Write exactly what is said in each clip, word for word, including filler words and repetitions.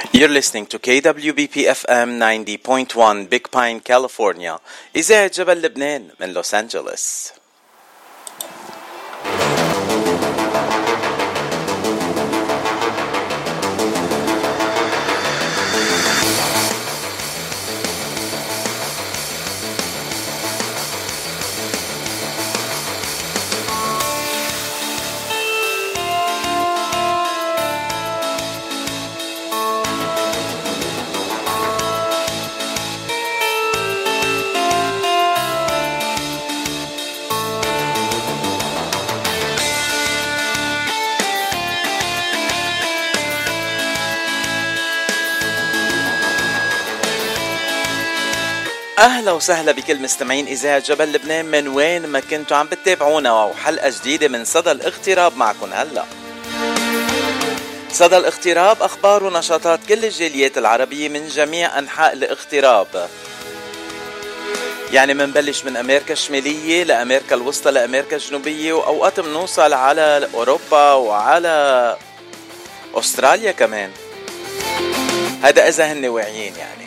You're listening to كي دبليو بي بي إف إم ninety point one Big Pine, California. إذاعة جبل لبنان من لوس أنجلوس. أهلا وسهلا بكل مستمعين إذاعة جبل لبنان من وين ما كنتوا عم بتتابعونا، وحلقة جديدة من صدى الاغتراب معكم هلا. صدى الاغتراب أخبار ونشاطات كل الجاليات العربية من جميع أنحاء الاغتراب، يعني منبلش من أمريكا الشمالية لأمريكا الوسطى لأمريكا الجنوبية، وأوقات منوصل على أوروبا وعلى أستراليا كمان. هذا إذا هن واعيين يعني.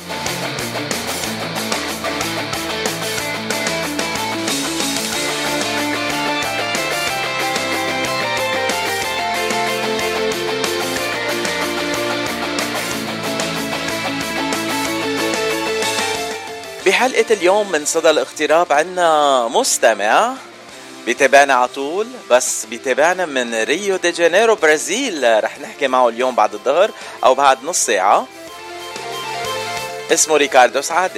بحلقة اليوم من صدى الاغتراب عنا مستمع بيتابعنا عطول، بس بيتابعنا من ريو دي جانيرو برازيل. رح نحكي معه اليوم بعد الظهر أو بعد نص ساعة. اسمه ريكاردو سعادة.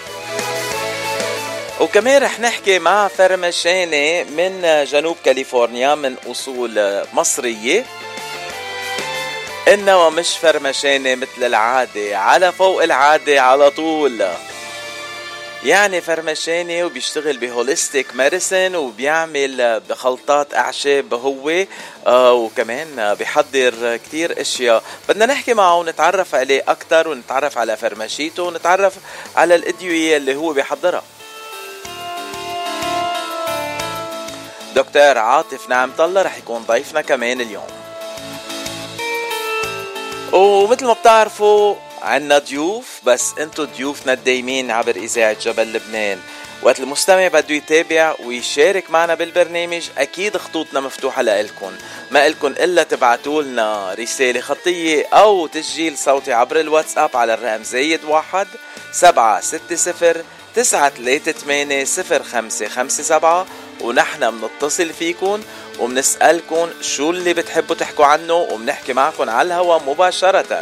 وكمان رح نحكي مع فرمشاني من جنوب كاليفورنيا من أصول مصرية، إنما مش فرمشاني مثل العادة، على فوق العادة على طول. يعني فرمشاني وبيشتغل بهوليستيك ميديسن وبيعمل بخلطات أعشاب هو، آه وكمان بيحضر كتير اشياء. بدنا نحكي معه ونتعرف عليه اكتر ونتعرف على فرمشيته ونتعرف على الادوية اللي هو بيحضرها. دكتور عاطف نعمت الله رح يكون ضيفنا كمان اليوم. ومثل ما بتعرفوا عنا ضيوف، بس انتو ضيوفنا الدايمين عبر إذاعة جبل لبنان. وقت المستمع بده يتابع ويشارك معنا بالبرنامج، أكيد خطوطنا مفتوحة لإلكن. ما إلكن إلا تبعتوا لنا رسالة خطية أو تسجيل صوتي عبر الواتساب على الرقم زايد واحد سبعة ستة صفر تسعة ثلاثة ثمانية صفر خمسة خمسة سبعة، ونحن منتصل فيكن ومنسألكن شو اللي بتحبوا تحكوا عنه، ومنحكي معكن على الهواء مباشرة.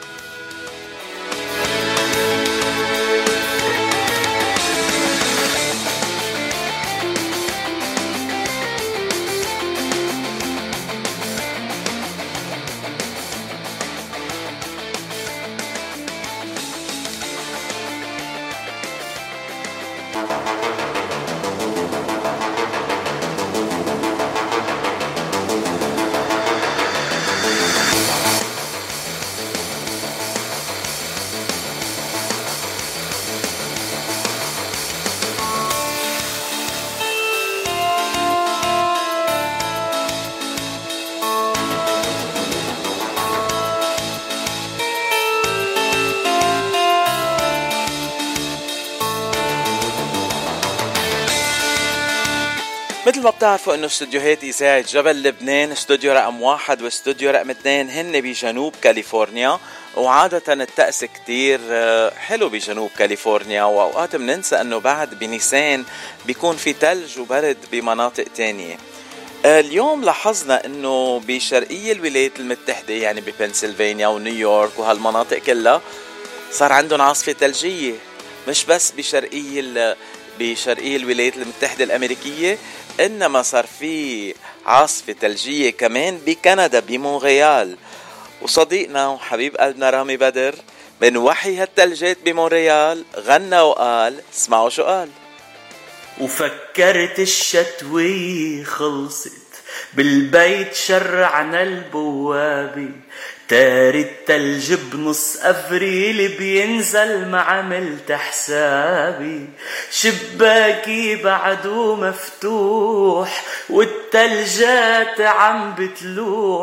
مثل ما بتعرفوا انه استوديوهات إذاعة جبل لبنان استوديو رقم واحد واستوديو رقم اثنين هن بجنوب كاليفورنيا، وعادة الطقس كتير حلو بجنوب كاليفورنيا، واوقات مننسى انه بعد بنيسان بيكون في تلج وبرد بمناطق تانية. اليوم لاحظنا انه بشرقية الولايات المتحدة، يعني ببنسلفانيا ونيويورك وهالمناطق كلها، صار عندهم عاصفة ثلجية. مش بس بشرقية بشرقية الولايات المتحدة الأمريكية، إنما صار في عاصفة ثلجية كمان بكندا بمونريال. وصديقنا وحبيب قلبنا رامي بدر من وحي هالثلجات بمونريال غنى وقال، اسمعوا شو قال. وفكرت الشتوية خلصت بالبيت شرعنا البوابي، تاري التلج بنص أفريل بينزل ما عملت حسابي، شباكي بعده مفتوح والتلجات عم بتلوح،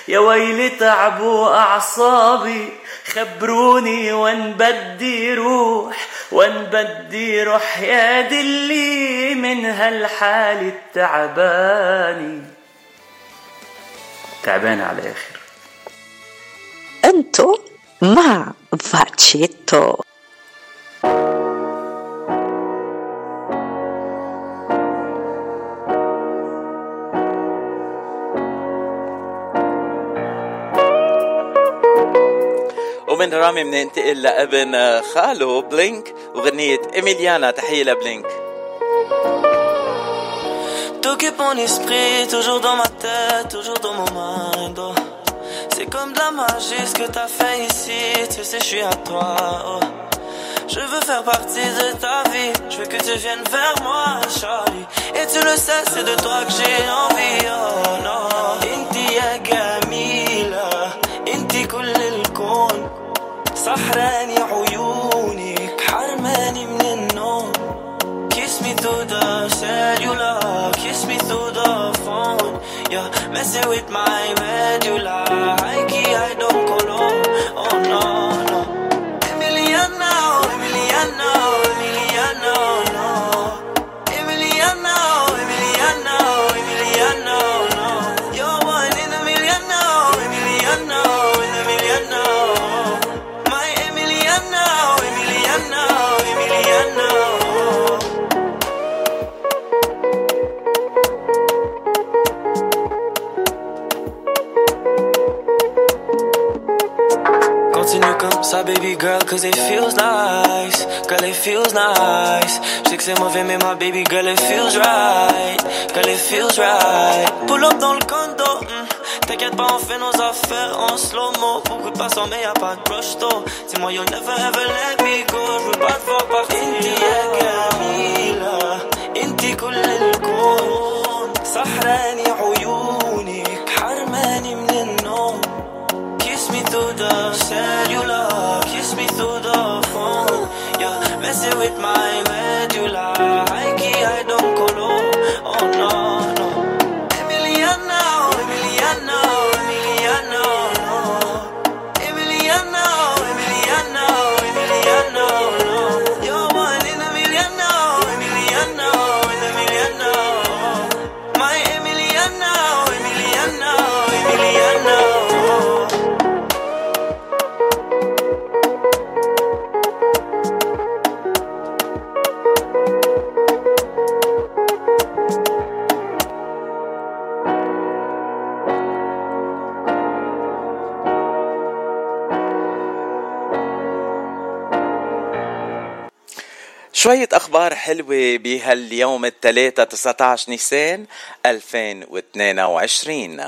يا ويلي تعبوا أعصابي، خبروني وين بدي روح، وين بدي روح يا دلي من هالحال التعباني. تعبان على الآخر. انتو مع فاتشيتو. ومن رامي مننتقل لابن خاله بلينك وغنية إميليانا. تحية لبلينك. T'occupes mon esprit, toujours dans ma tête, toujours dans mon mind. Oh. C'est comme de la magie ce que t'as fait ici, tu sais je suis à toi. Oh. Je veux faire partie de ta vie, je veux que tu viennes vers moi, Charlie. Et tu le sais, c'est de toi que j'ai envie. Oh non, inti ya jamila, inti kull الكون, سحراني عيونك, حرماني من النوم. Kiss me through the cellular, kiss me through the phone. You're messing with my medulla, I key, I don't colo. Oh no, no. Emiliana, Emiliana, Emiliana, no. Emiliana, Emiliana, Emiliana, no. You're one in a million now, Emiliana, in a million now. My Emiliana, Emiliana, Emiliana. Continue comme ça baby girl, cause it feels nice. Girl it feels nice. Je sais que c'est mauvais mais ma baby girl it feels right. Girl it feels right. Pull up dans le condo, mm. T'inquiète pas on fait nos affaires en slow-mo. Beaucoup de passants mais y'a pas de rush though. Dis-moi you'll never ever let me go. Je veux pas te voir partir. Inti ya jamila, inti kull الكون, سحراني عيونك, حرماني من النوم. Kiss me through the cellular, kiss me through the phone. You're messing with my medulla, I key, I don't colo. Oh no, no. Emiliana, Emiliana, Emiliana, no. Emiliana, Emiliana, Emiliana, no. You're one in a million now, Emiliana, in a million now. My Emiliana, Emiliana, Emiliana. شوية أخبار حلوة بهاليوم الثلاثة تسعة عشر نيسان ألفين واثنين وعشرين.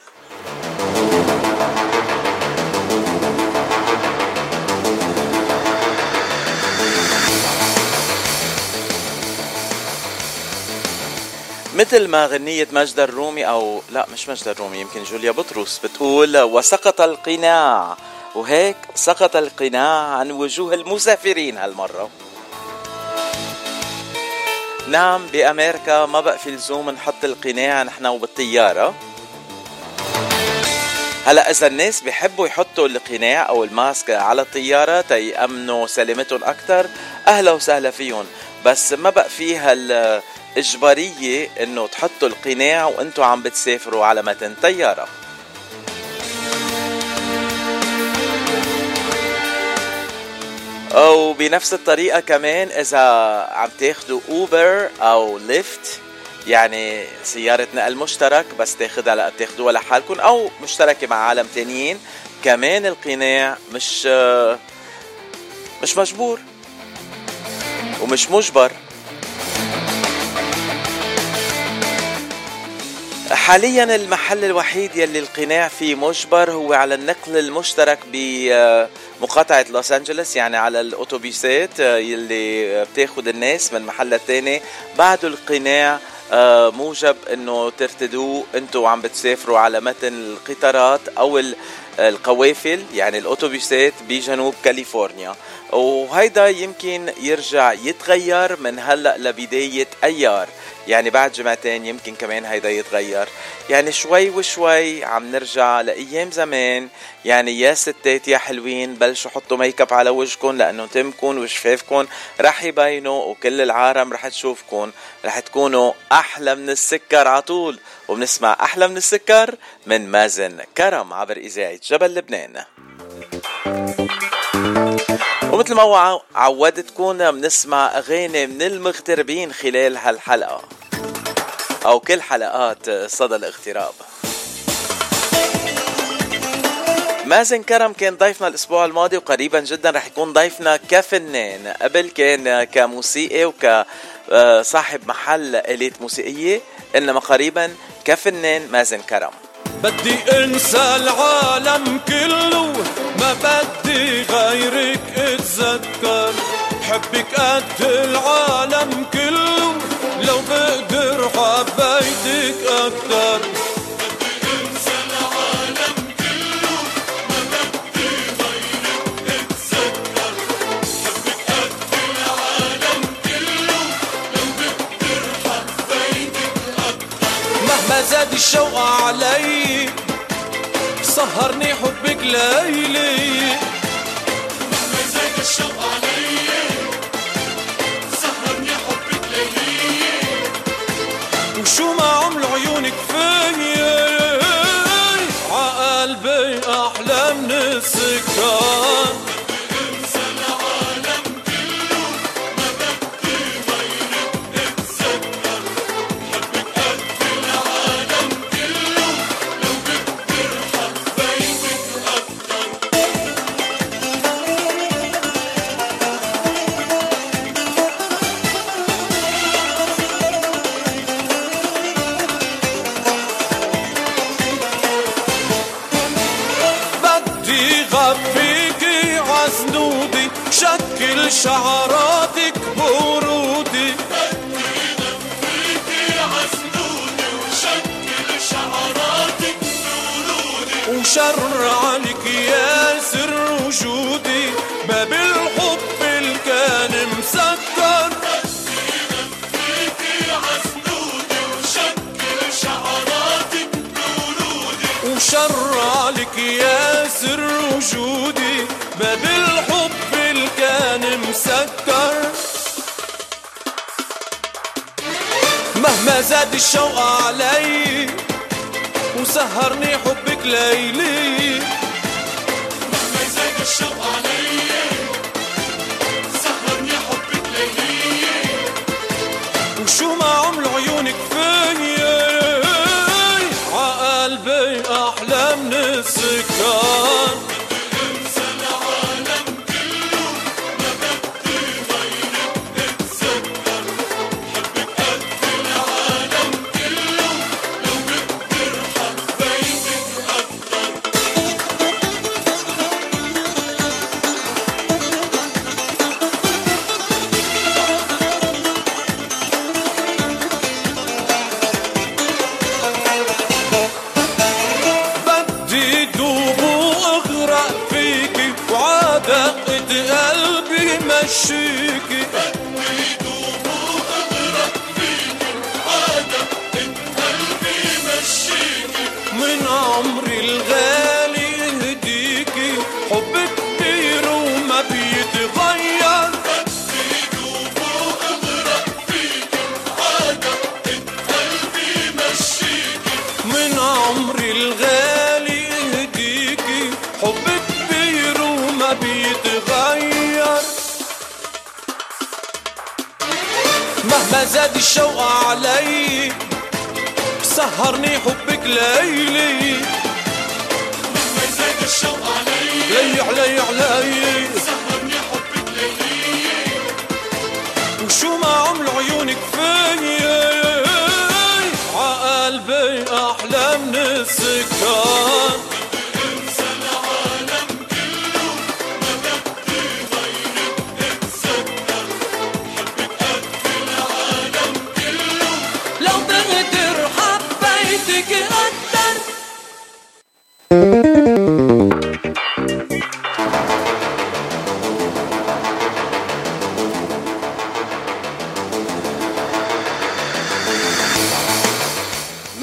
مثل ما غنية مجد الرومي أو لا مش مجد الرومي يمكن جوليا بطرس بتقول وسقط القناع، وهيك سقط القناع عن وجوه المسافرين هالمرة. نعم بأمريكا ما بقى في لزوم نحط القناع نحن وبالطيارة. هلأ إذا الناس بيحبوا يحطوا القناع أو الماسك على الطيارة تيأمنوا سلامتهم أكتر، أهلا وسهلا فيهم، بس ما بقى فيها الإجبارية إنه تحطوا القناع وإنتوا عم بتسافروا على متن طيارة. أو بنفس الطريقة كمان إذا عم تاخدوا أوبر أو ليفت، يعني سيارة نقل مشترك بس تاخدها تاخدوها لحالكم أو مشتركة مع عالم تانيين، كمان القناع مش مش مجبور ومش مجبر. حاليا المحل الوحيد يلي القناع فيه مجبر هو على النقل المشترك بمقاطعة لوس أنجلوس، يعني على الأوتوبيسات يلي بتاخد الناس من محل التاني. بعد القناع موجب انه ترتدوه انتوا عم بتسافروا على متن القطارات او القوافل يعني الأوتوبيسات بجنوب كاليفورنيا، وهيدا يمكن يرجع يتغير من هلأ لبداية أيار، يعني بعد جمعتين يمكن كمان هيدا يتغير. يعني شوي وشوي عم نرجع لأيام زمان. يعني يا ستات يا حلوين بلشوا حطوا ميك اب على وجهكم، لأنه تمكن وشفافكم رح يبينوا وكل العالم رح تشوفكم، رح تكونوا أحلى من السكر عطول. وبنسمع أحلى من السكر من مازن كرم عبر إذاعة جبل لبنان. ومثل ما عودتكم بنسمع أغاني من المغتربين خلال هالحلقة أو كل حلقات صدى الاغتراب. مازن كرم كان ضيفنا الأسبوع الماضي، وقريبا جدا رح يكون ضيفنا كفنان. قبل كان كموسيقي وكصاحب محل آلات موسيقية، إنما قريبا كفنان مازن كرم. بدي انسى العالم كله، ما بدي غيرك اتذكر، حبك قد العالم كله، لو بقدر حبيتك اكتر. بدي انسى العالم كله، ما بدي غيرك اتذكر، حبك قد العالم كله، لو بقدر حبيتك اكتر. مهما زاد الشوق علي سهرني حبك ليلي، مهما زاد الشوق علي سهرني حبك ليلي، وشو ما عملوا عيونك فيي عقلبي أحلى من السكر. انسى العالم كله، ما بدي غيرك اتذكر، حبك قد العالم كله، لو بقدر حبيتك أكتر. بدي غفيكي عزنودي، شكل شعراتك ورودي، بدي غفيكي عزنودي، وشكل شعراتك ورودي، وشر عليك يا سر وجودي، باب الحب اللي كان مسكر. بدي غفيكي عزنودي، وشكل شعراتك ورودي، وشر عليك يا سر وجودي، باب الحب اللي كان مسكر. مهما زاد الشوق علي وسهرني حبك ليلي، مهما زاد الشوق علي سهرني حبك ليلي، وشو ما عملوا عيونك فيي عقلبي أحلى من السكر. انسى العالم كله، ما بدي غيرك اتذكر، حبك قد العالم كله، لو بقدر حبيتك أكتر. بدي دوب واغرق فيكي، وعدقة قلبي مشيكي، بدي دوب واغرق فيكي، وعدقة قلبي مشيكي، من عمري الغالي يهديكي، حبك كبير وما بيتغير. بدي دوب واغرق فيكي، وعدقة قلبي مشيكي، من عمري الغالي يهديكي، حبك كبير وما بيتغير. مهما زاد الشوق علي سهرني حبك ليلي، مهما زاد الشوق علي لي علي علي سهرني حبك ليلي، وشو ما عملوا عيونك فيي عقلبي أحلى من السكر. انسى العالم كله، ما بدي غيرك اتذكر، حبك قد العالم كله، لو بقدر حبيتك أكتر.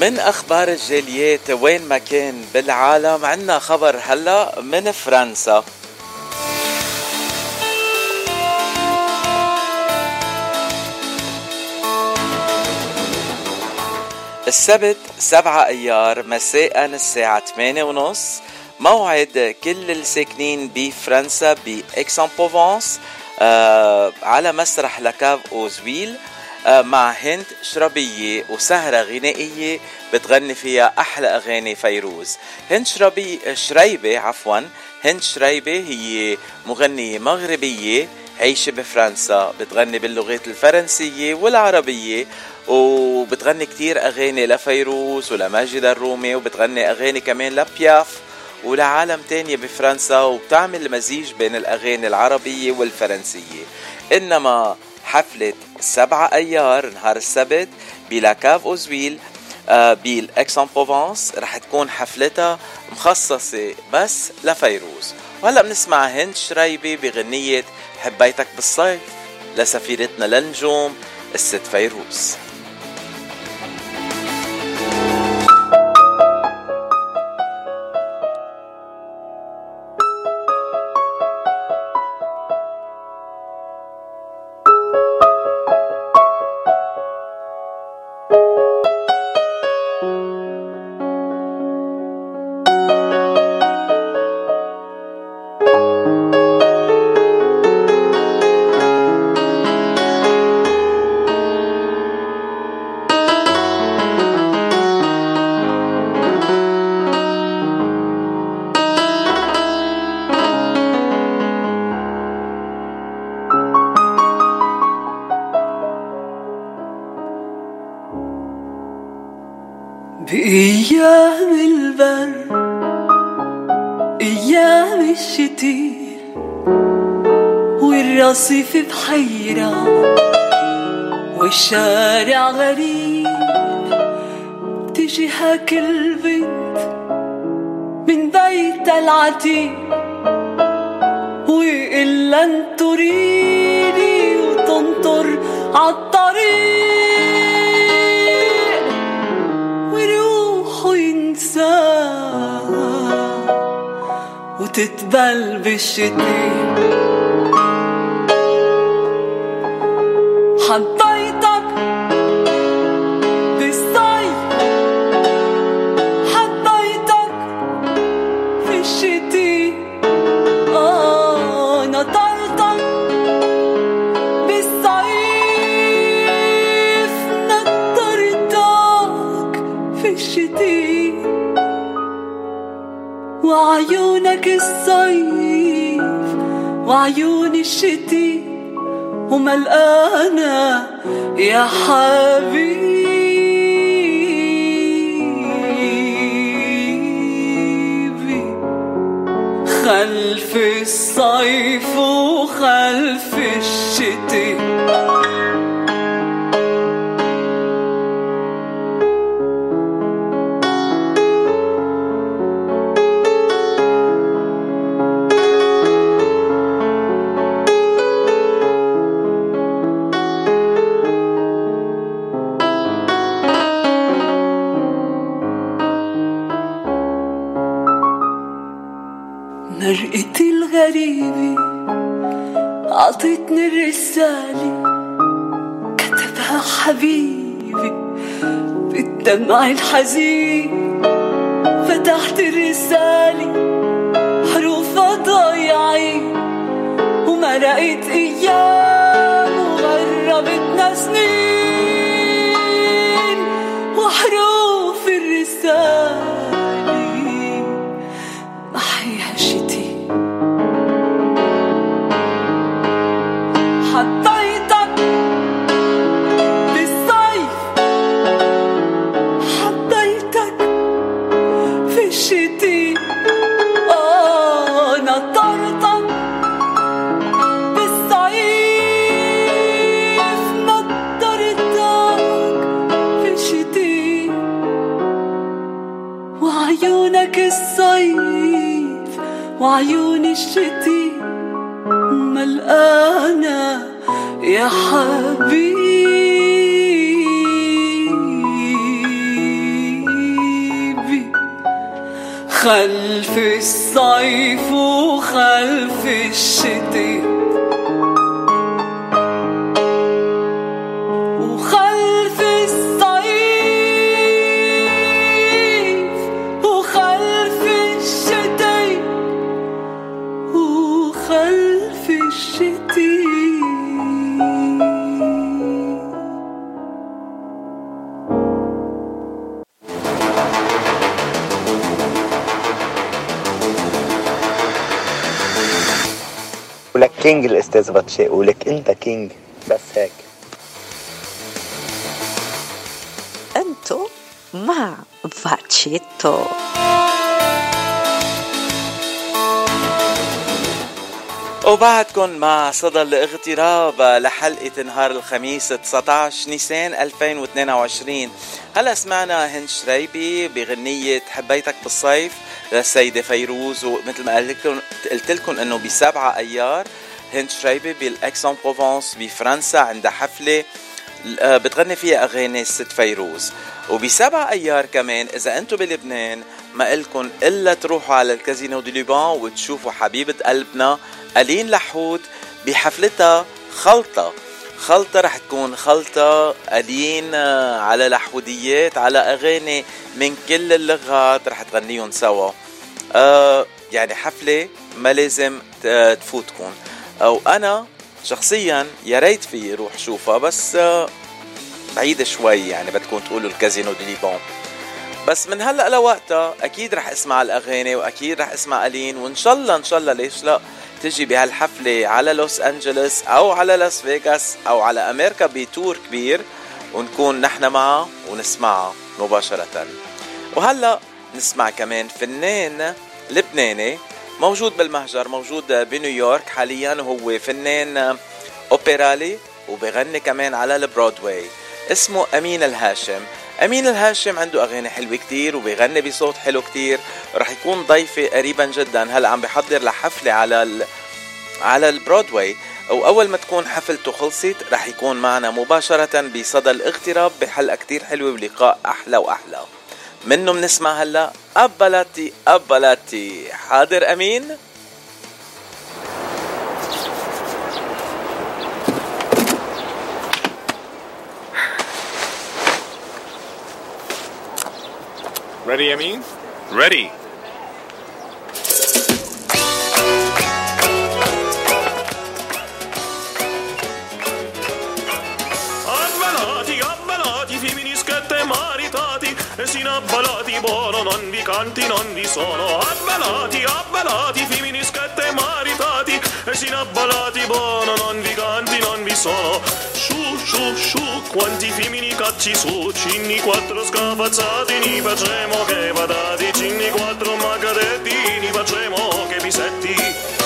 من أخبار الجاليات وين ما كان بالعالم، عنا خبر هلأ من فرنسا. السبت سبعة أيار مساء الساعة ثمانية ونص موعد كل الساكنين بفرنسا بإكسامبوفانس آه على مسرح لكاف أوزويل آه مع هند شربية وسهرة غنائية بتغني فيها أحلى أغاني فيروز. هند شربي شريبة عفوا هند شريبة هي مغنية مغربية عايشة بفرنسا، بتغني باللغات الفرنسية والعربية، وبتغني كتير أغاني لفيروز ولماجد الرومي، وبتغني أغاني كمان لبياف ولعالم تانية بفرنسا، وبتعمل مزيج بين الأغاني العربية والفرنسية. إنما حفلة سبعة أيار نهار السبت بلاكاف أوزويل آه بالإكسامبوفانس رح تكون حفلتها مخصصة بس لفيروز. وهلأ بنسمع هند شريبي بغنية حبيتك بالصيف لسفيرتنا للنجوم الست فيروز. بأيام البرد أيام الشتي والرصيف بحيرة والشارع غريب، تجي هاك البنت من بيت العتيق وإلا انطريني وتنطر عالطريق وتتبل بالشتي. حبيتك بالصيف حبيتك في الشتي، آه نطرتك بالصيف نطرتك في الشتي، وعيونك الصيف وعيون الشتي وملقانا يا حبيبي خلف الصيف وخلف الشتي. مرقتي الغريبة عطيتني الرسالة كتبها حبيبي بالدمع الحزين، فتحت الرسالة حروفها ضايعين وما لقيت أيام وغربتنا سنين، وحروف الرسالة محيها شتي. حبيتك بالصيف حبيتك في الشتي، آه نطرتك بالصيف نطرتك في الشتي، وعيونك الصيف وعيون الشتي ملقانا يا حبيبي خلف الصيف وخلف الشتاء وخلف الصيف وخلف الشتاء وخلف الشتاء. ولك كينج الاستاذ باتشي، ولك انت كينج بس هيك. انتو مع فاتشيتو. وبعدكم مع صدى الاغتراب لحلقة نهار الخميس تسعة عشر نيسان ألفين واثنين وعشرين. هلا سمعنا هند شريبي بغنية حبيتك بالصيف للسيدة فيروز، ومثل ما قلت لكم انه بسبعة ايار هند شريبي بالاكسون بروفنس بفرنسا عندها حفلة بتغني فيها اغاني الست فيروز. وبسبع ايار كمان اذا انتم بلبنان ما إلكن الا تروحوا على الكازينو دي لبنان وتشوفوا حبيبة قلبنا ألين لحود بحفلتها خلطة. خلطة رح تكون خلطة ألين على لحوديات على أغاني من كل اللغات رح تغنيهم سوا. أه يعني حفلة ما لازم تفوتكم. أو أنا شخصيا يا ريت في روح شوفها، بس أه بعيدة شوي، يعني بدكم تقولوا الكازينو دي لبنان. بس من هلأ لوقتها أكيد رح أسمع الأغاني وأكيد رح أسمع ألين، وإن شاء الله إن شاء الله ليش لا تجي بهالحفلة على لوس أنجلس أو على لاس فيغاس أو على أمريكا بتور كبير ونكون نحن معها ونسمعها مباشرة. وهلأ نسمع كمان فنان لبناني موجود بالمهجر، موجود بنيويورك حاليا، وهو فنان أوبرالي وبيغني كمان على البرودواي، اسمه أمين الهاشم. أمين الهاشم عنده أغاني حلوة كتير وبيغني بصوت حلو كتير. رح يكون ضيفي قريبا جدا، هلأ عم بحضر لحفلة على ال... على البرودواي، وأول ما تكون حفلته خلصت رح يكون معنا مباشرة بصدى الاغتراب بحلقة كتير حلوة ولقاء أحلى وأحلى منه. منسمع هلأ أبلاتي أبلاتي. حاضر أمين؟ Ready, Amin? Ready. Abbelati, abbelati, femministette maritati, e sin abbelati buono non vi canti, non vi sono. Abbelati, abbelati, femministette maritati, e sin abbelati buono non vi canti, non vi sono. Sciù, sciù, sciù, quanti femmini cacci su, cinni quattro scafazzati, ni facciamo che patati, cinni quattro magadetti, ni facciamo che pisetti.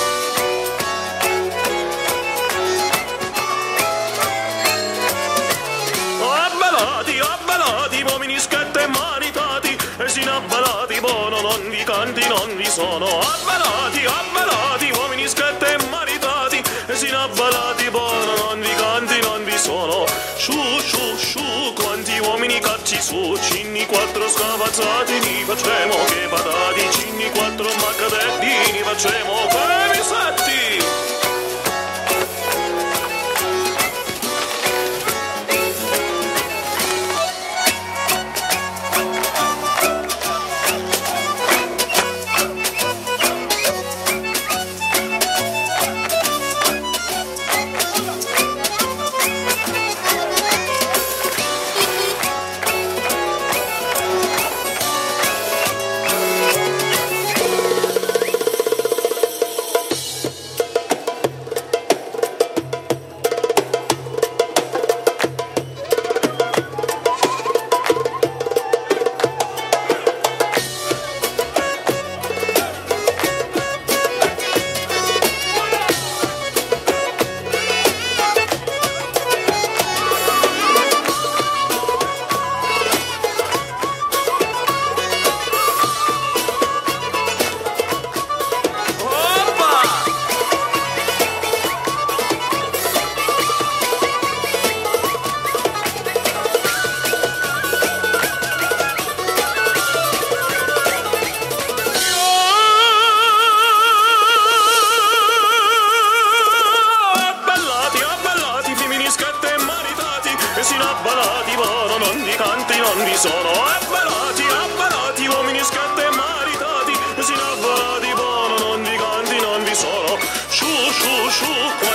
Abbelati, abbelati, uomini schette maritati, e sin abbelati buono non vi canti, non vi sono. Abbelati, abbelati, uomini schette maritati, e sin abbelati buono non vi canti, non vi sono. Sciù, sciù, sciù, quanti uomini cacci su, cinni quattro scavazzati, ni facciamo che patati, cinni quattro maccadetti, ni facciamo che pisetti.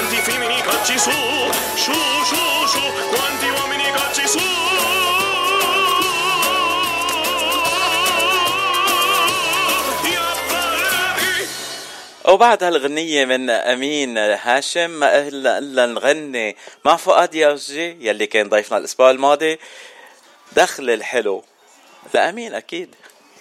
quanti femmini cacci su, su, su, su, quanti uomini cacci su. وبعد هالغنية من أمين هاشم ما إلا إلا نغني مع فؤاد ياجي يلي كان ضيفنا الأسبوع الماضي دخل الحلو لأمين أكيد.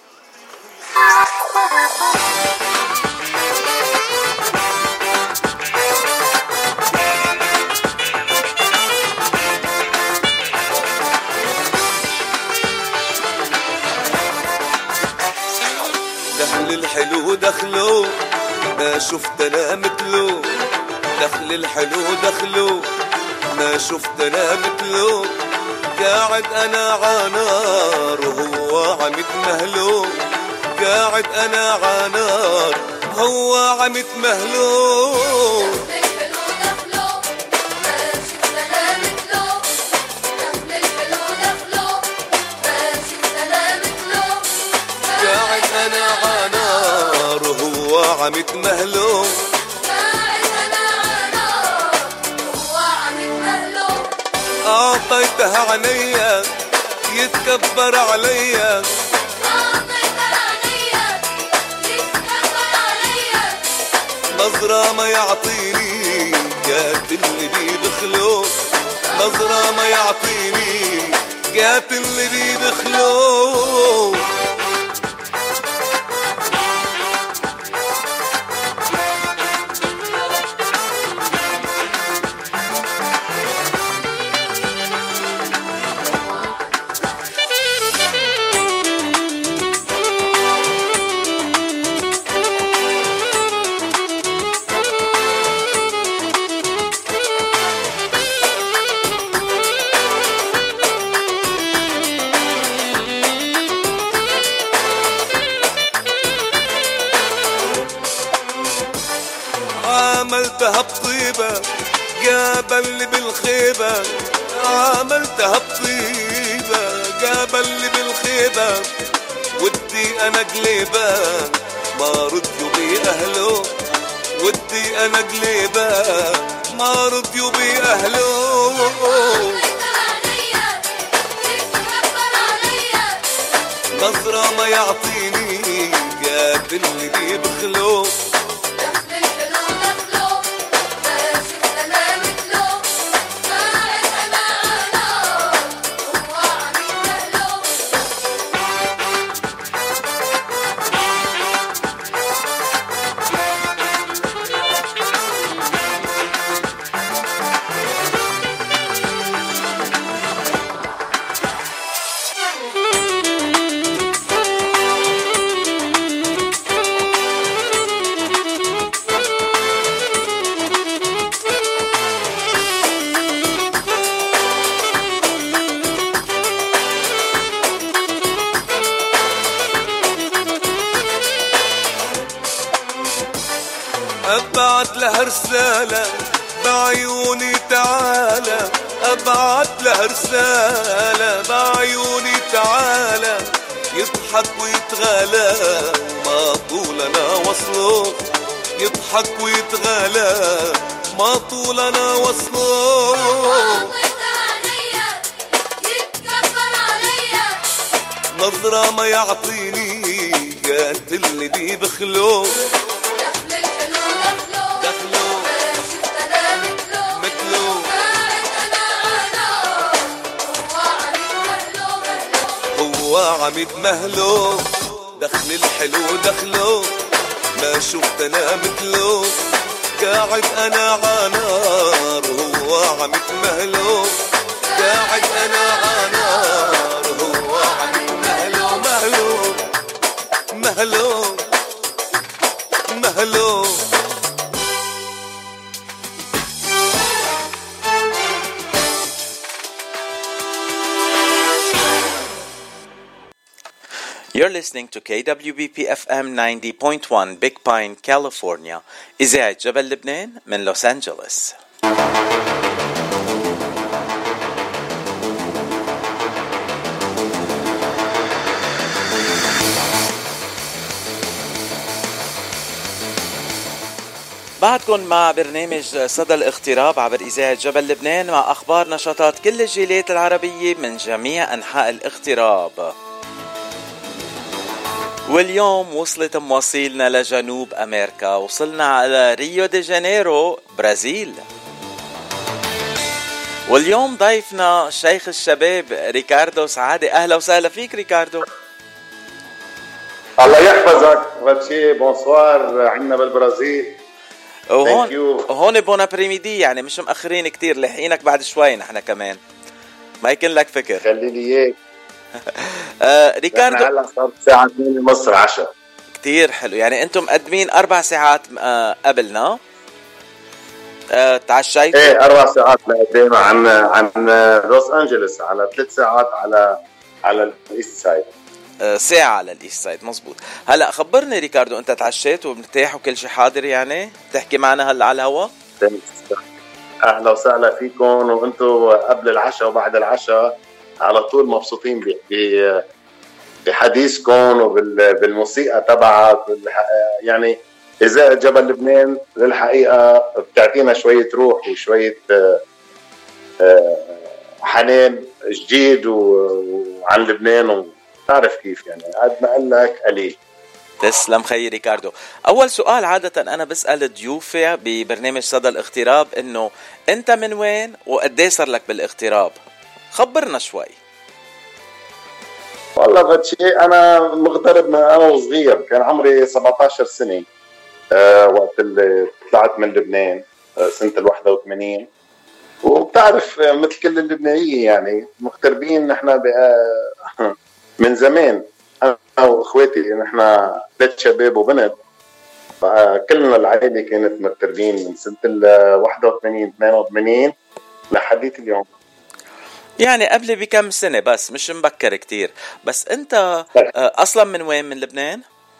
دخل الحلو دخلو ما شفت انا مثلو، دخل الحلو دخلو ما شفت انا مثلو، قاعد انا عانار وهو عم يتمهلو، قاعد انا عانار وهو عم يتمهلو. قاعد انا عانار وهو عم يتمهلو، قاعد انا عانار وهو عم يتمهلو. اعطيتها عنيا يتكبر عليا، اعطيتها عنيا يتكبر عليا، نظرة ما يعطيني قاتل اللي بيدخلو، نظرة ما يعطيني قاتل اللي بيدخلو. عملتها بطيبة قابلني بالخيبة، عملتها بطيبة قابلني بالخيبة، ودي انا قليبة ما رضيوا بي اهله، ودي انا قليبة ما رضيوا بي اهله. نظرة ما يعطيني قاتل اللي بيبخلو، ابعت لها رسالة بعيوني تعالى، ابعت لها رسالة بعيوني تعالى، يضحك ويتغالى ما طولنا وصله، يضحك ويتغالى ما طولنا وصله. نظرة ما يعطيني قاتل اللي بيبخلو، هو عم يتمهلو. دخل الحلو دخلو ما شفت انا مثلو، قاعد انا عانار هو عم يتمهلو، قاعد انا عانار هو عم يتمهلو. مهلو مهلو مهلو. You're listening to K W B P F M ninety point one Big Pine, California. إذاعة جبل لبنان من لوس أنجلوس. بعدكم مع برنامج صدى الاغتراب عبر إذاعة جبل لبنان مع أخبار نشاطات كل الجاليات العربية من جميع أنحاء الاغتراب. واليوم وصلت مواصيلنا لجنوب أمريكا، وصلنا على ريو دي جانيرو برازيل. واليوم ضيفنا شيخ الشباب ريكاردو سعادة. أهلا وسهلا فيك ريكاردو. الله يحفظك فاتشي. بونسوار عنا بالبرازيل. وهون هون بون ابريميدي، يعني مش مأخرين كتير، لحقينك بعد شوي نحن كمان، ما يكن لك فكر. خلي لي اياك. آه ريكاردو، هلا صار ساعة اثنين مصر عشاء. كتير حلو، يعني انتم مقدمين اربع ساعات آه قبلنا. آه تعشيتوا؟ ايه اربع ساعات لقدام عن عن لوس انجلوس، على ثلاث ساعات على على الايست سايد. آه ساعة على الايست سايد، مزبوط. هلا خبرني ريكاردو، انت تعشيت ومرتاح وكل شيء حاضر، يعني تحكي معنا هلا على الهواء؟ اهلا وسهلا فيكم، وانتم قبل العشاء وبعد العشاء على طول مبسوطين بحديثكم وبالموسيقى تبعك. يعني إذاعة جبل لبنان للحقيقة بتعطينا شوية روح وشوية حنان جديد وعن لبنان، وتعرف كيف يعني قد ما قال لك قليل. تسلم خي ريكاردو. أول سؤال عادة أنا بسأل ضيوفي ببرنامج صدى الاغتراب إنه أنت من وين وقديه صار لك بالاغتراب؟ خبرنا شوي. والله فاتشي أنا مغترب من أنا وصغير، كان عمري سبعة عشر سنة أه وقت اللي طلعت من لبنان أه سنة الواحدة وثمانين. وبتعرف مثل كل اللبنانيين يعني مغتربين نحن بقى من زمان. أنا وإخواتي نحن ثلاث شباب وبنت، فكلنا العائلة كانت مغتربين من سنة الواحدة وثمانين اثنين وثمانين لحديت اليوم. يعني قبل بكم سنة، بس مش مبكر كتير. بس أنت أصلا من وين من لبنان؟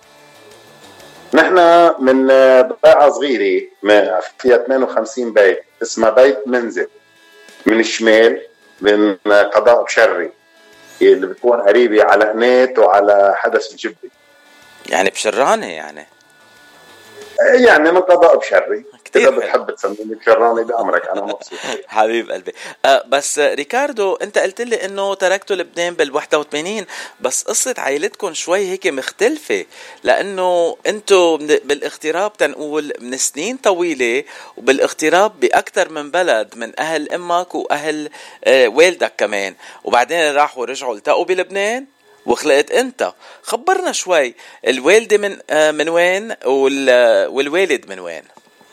نحن من بقعة صغيرة فيها اثنين وخمسين بيت، اسمها بيت منزل، من الشمال من قضاء بشري اللي بتكون قريبة على قنات وعلى حدث الجبة. يعني بشرانة يعني يعني من قضاء بشري. إذا بتحب تسميني بشراني بأمرك، أنا مبسوط. حبيب قلبي. أه بس ريكاردو، أنت قلت لي إنه تركتوا لبنان بالواحدة وثمانين، بس قصة عائلتكم شوي هيك مختلفة، لأنه أنتوا بالاغتراب تنقول من سنين طويلة، وبالاغتراب بأكتر من بلد، من أهل أمك وأهل أه والدك كمان، وبعدين راحوا رجعوا التقوا بلبنان وخلقت انت. خبرنا شوي، الوالدة من آه من وين والوالد من وين؟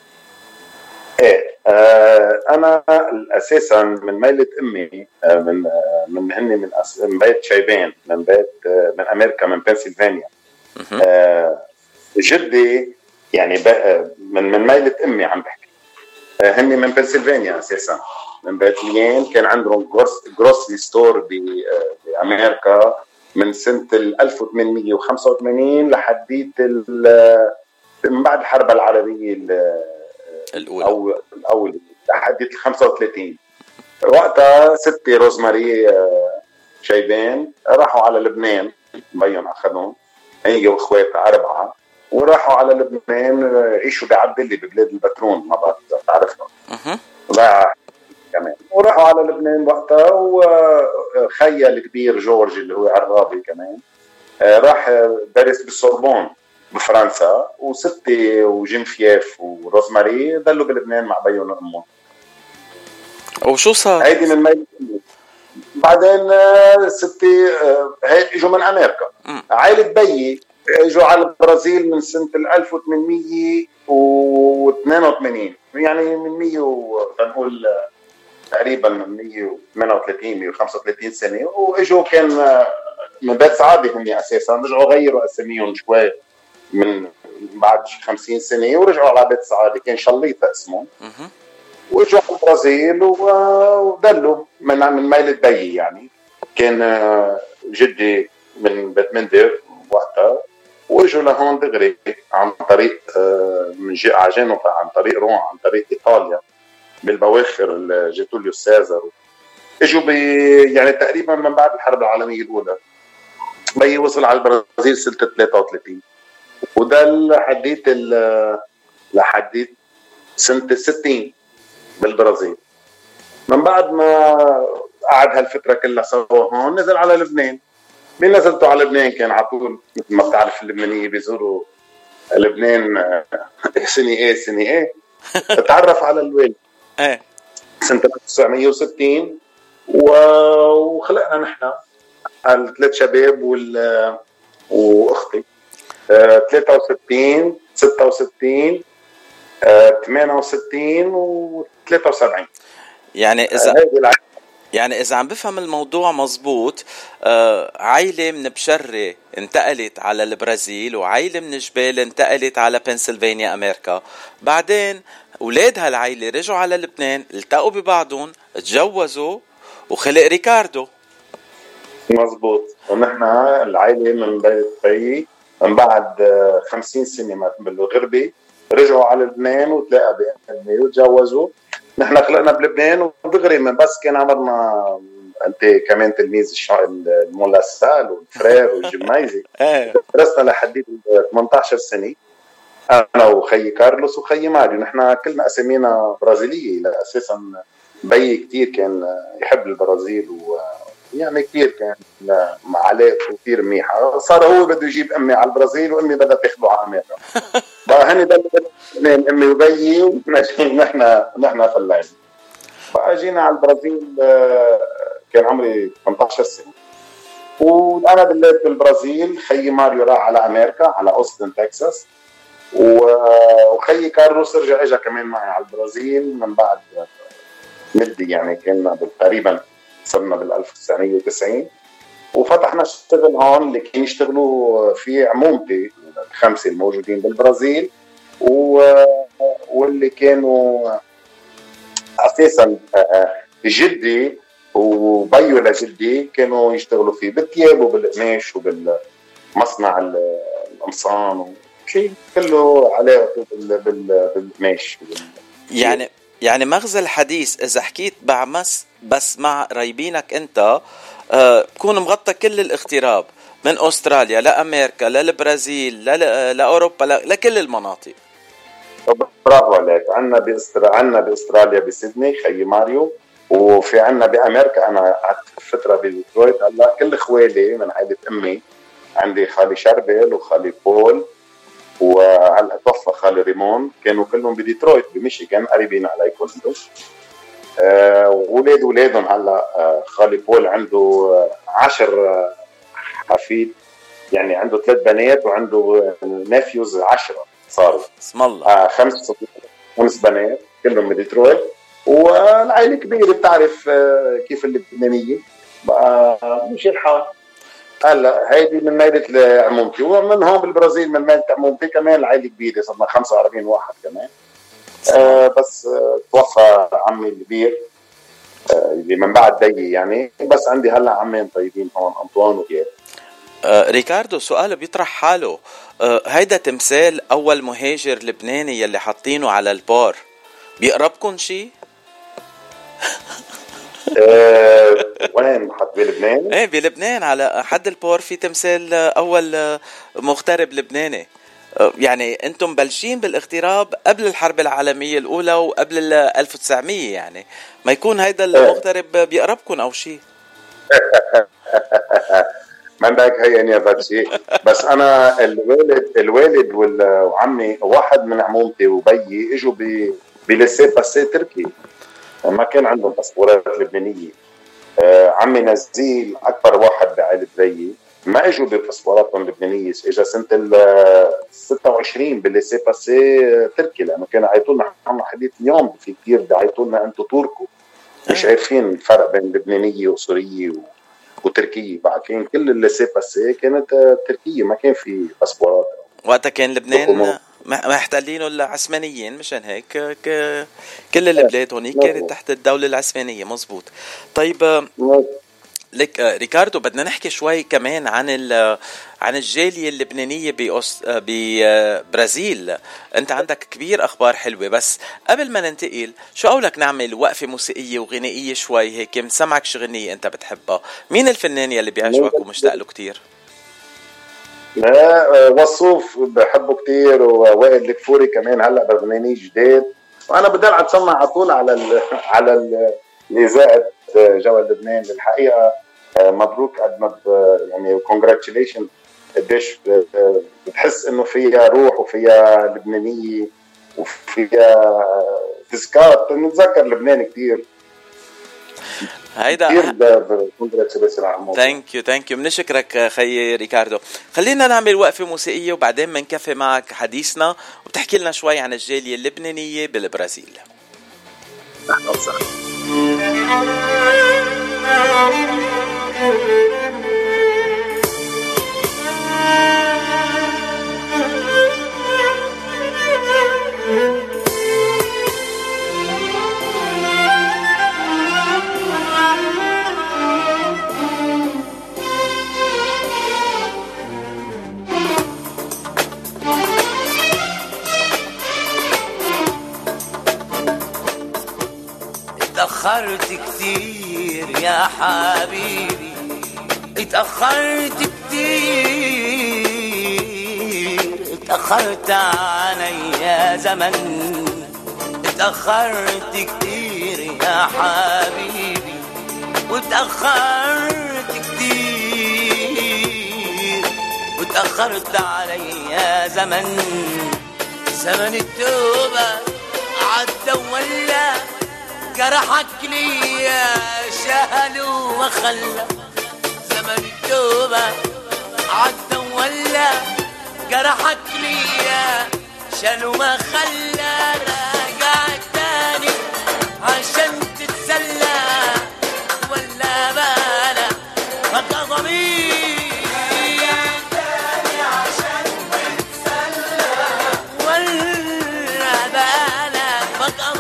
ايه آه انا اساسا من ميلة امي، آه من آه من هني من, من بيت شيبان، من بيت آه من امريكا، من بنسلفانيا. آه جدي يعني من من ميلة امي عم بحكي، آه هني من بنسلفانيا اساسا، من بيت ليان. كان عندهم جروسري ستور بامريكا من سنة ألف وثمانمية وخمسة وثمانين لحديت من بعد الحرب العربية الأولى أو الأول لحديت خمسة وثلاثين. وقتها ستي روزماري شيبان راحوا على لبنان، بيهم أخذهم هي وإخواتها أربعة، وراحوا على لبنان يعيشوا بعبدلي ببلاد البترون، ما بعرف تعرفها. ضاع كمان. وراحوا على لبنان وقتها، وخيا الكبير جورج اللي هو عرابي كمان راح درس بالسوربون بفرنسا، وستي وجنفياف وروزماري ضلوا بلبنان مع بيهم وامهم. وشو صار؟ هيدي من ميل. بعدين ستي اجوا من امريكا، عائلة بيي اجوا على البرازيل من سنة ألف وثمانمية واثنين وثمانين، يعني من مية ونقول تقريبا مية وثمانية وثلاثين مية وخمسة وثلاثين سنة. واجوا كان من بيت سعادة هم اساسا، رجعوا غيروا اساميهم شوي من بعد خمسين سنة ورجعوا على بيت سعادة، كان شليطة اسمه. واجوا على البرازيل وضلوا من من ميلة بيي. يعني كان جدي من بيت مندر وقتها، واجوا لهون دغري عن طريق من جينوفا، عن طريق روما، عن طريق ايطاليا بالبواخر جيتوليو سيزار. اجوا بي يعني تقريبا من بعد الحرب العالميه الاولى. بي وصل على البرازيل سنه ثلاثة وثلاثين، وده لحديت لحديت سنة الستين بالبرازيل. من بعد ما قعد هالفترة كلها سوا هون نزل على لبنان. من نزلتوا على لبنان كان على طول مثل ما بتعرف اللبنانية بيزوروا لبنان سنة ايه سنة ايه تعرف على الوالد سنة ألف وتسعمية وستين وخلقنا نحن الثلاث شباب وال واختي ثلاثة وستين ستة وستين ثمانية وستين و ثلاثة وسبعين. يعني اذا يعني اذا عم بفهم الموضوع مزبوط، آه عائله من بشرة انتقلت على البرازيل وعائله من جبال انتقلت على بنسلفانيا امريكا، بعدين اولاد هالعائله رجعوا على لبنان، التقوا ببعضهم، تجوزوا وخلق ريكاردو. مزبوط. ونحن العائله من بيت بي من بعد خمسين سنه بالغربه رجعوا على لبنان وتلاقوا بأهلي وتجوزوا. نحن خلقنا بلبنان ودغري من بس كان عمرنا انت كمان تلميذ المولا السال والفرير والجمايزي درسنا لحد ثمانية عشر سنه انا وخي كارلوس وخي ماريو. نحن كلنا اسامينا برازيليه، لا اساسا بي كتير كان يحب البرازيل ويعني كتير كان مع علاقته كتير منيحه. صار هو بده يجيب امي على البرازيل وامي بدها تاخذه على امريكا. بقى هني ده امي وبيي ونحن نحن فلاحين. بقى جينا على البرازيل كان عمري ثمانية عشر سنه، وانا بلشت بالبرازيل. خي ماريو راح على امريكا على اوستن تكساس، وخي كارلوس رجع اجى كمان معي على البرازيل من بعد مدي، يعني كنا تقريبا صرنا بال ألف وتسعمية وتسعين وفتحنا شغل هون اللي كانوا يشتغلوا في عمومتي الخمسه الموجودين بالبرازيل واللي كانوا اساسا جدي وبيو لجدي كانوا يشتغلوا فيه بالثياب وبالقماش وبالمصنع القمصان وشيء كله علاقته بالقماش. يعني يعني مغزى الحديث اذا حكيت بعمس بس مع قرايبينك انت آه بكون مغطى كل الاغتراب من استراليا لامريكا للبرازيل لاوروبا لكل المناطق. برافو عليك. عندنا باستراليا عندنا باستراليا بسيدني خي ماريو، وفي عندنا بامريكا انا قعدت فتره بديترويت. هلا كل اخوالي من عائله امي، عندي خالي شربل وخالي بول وهلا توفى خالي ريمون، كانوا كلهم بديترويت بميشيغان قريبين علي كلهم. أه وولاد ولادهم هلا أه خالي بول عنده عشر حفيد، يعني عنده ثلاث بنات وعنده نافيوز عشرة صاروا اسم الله. آه خمس خمس بنات كلهم بديترويت، والعائله كبيره بتعرف آه كيف اللبنانيه بقى مش الحال. هلا هيدي من ميلة لعمومتي، ومن هون بالبرازيل من ميلة عمومتي كمان العائله كبيره، صرنا خمسة وأربعين واحد كمان. آه بس آه توفى عمي الكبير آه اللي من بعد دي، يعني بس عندي هلا عمين طيبين هون انطوان وغيره. آه ريكاردو سؤال بيطرح حاله، آه هيدا تمثال اول مهاجر لبناني يلي حاطينه على البار بيقربكم شيء؟ أه وين حد بلبنان؟ ايه بلبنان على حد البور في تمثال اول مغترب لبناني. يعني انتم بلشين بالاغتراب قبل الحرب العالميه الاولى وقبل ألف وتسعمية، يعني ما يكون هيدا المغترب بيقربكم او شيء. ما بدك هي يا فاتشي. بس انا الوالد الوالد وعمي واحد من عمومتي وبيي اجوا بلسي باسي تركي، ما كان عندهم باسبورات لبنانيه. آه عمي نزيل اكبر واحد بعائله بيي ما اجوا بباسبوراتهم اللبنانيه، اجى سنه ال ستة وعشرين بالليسي باسي تركي، لانه كانوا عيطوا لنا عم حديث اليوم في كثير عيطوا لنا انتم تركوا مش عارفين الفرق بين لبنانيه وسوريه وتركيه. بعد كان كل الليسي باسي كانت تركيه، ما كان في باسبورات. وقتها كان لبنان محتلينه العثمانيين، مشان هيك ك... كل البلاد هونيك كانت تحت الدولة العثمانية. مزبوط. طيب لك ريكاردو بدنا نحكي شوي كمان عن ال... عن الجالية اللبنانية بأس... ببرازيل. انت عندك كبير اخبار حلوة، بس قبل ما ننتقل شو قولك نعمل وقفة موسيقية وغنائية شوي هيك مسمعك شو غنية انت بتحبها؟ مين الفنان يلي بيعجبك ومشتاق له كتير؟ لا وصوف بحبه كتير، ووائل الكفوري كمان هلا بغناني جديد، وانا بدي اتسمع على طول على ال على ال اذاعه جبل لبنان. الحقيقه مبروك قد ما يعني كونجراتيوليشن. قديش بتحس انه فيها روح وفيها لبنانيه وفيها تذكار نتذكر لبنان كتير. هيدا كتير ثانك يو ثانك يو بنشكرك خي ريكاردو. خلينا نعمل وقفه موسيقيه وبعدين بنكفي معك حديثنا وبتحكي لنا شوي عن الجاليه اللبنانيه بالبرازيل. اهلا وسهلا. اتأخرت كتير يا حبيبي، اتأخرت كتير، اتأخرت علي يا زمن، اتأخرت كتير يا حبيبي، واتأخرت كتير، واتأخرت علي يا زمن. زمن التوبة عدى ولا جرحك لي يا شهل وخلى. زمن التوبة عدى ولا جرحك لي يا شهل وخلى. راجع تاني عشان تتسلى ولا بالا بقى ضمير. راجع تاني عشان تتسلى ولا بالا بقى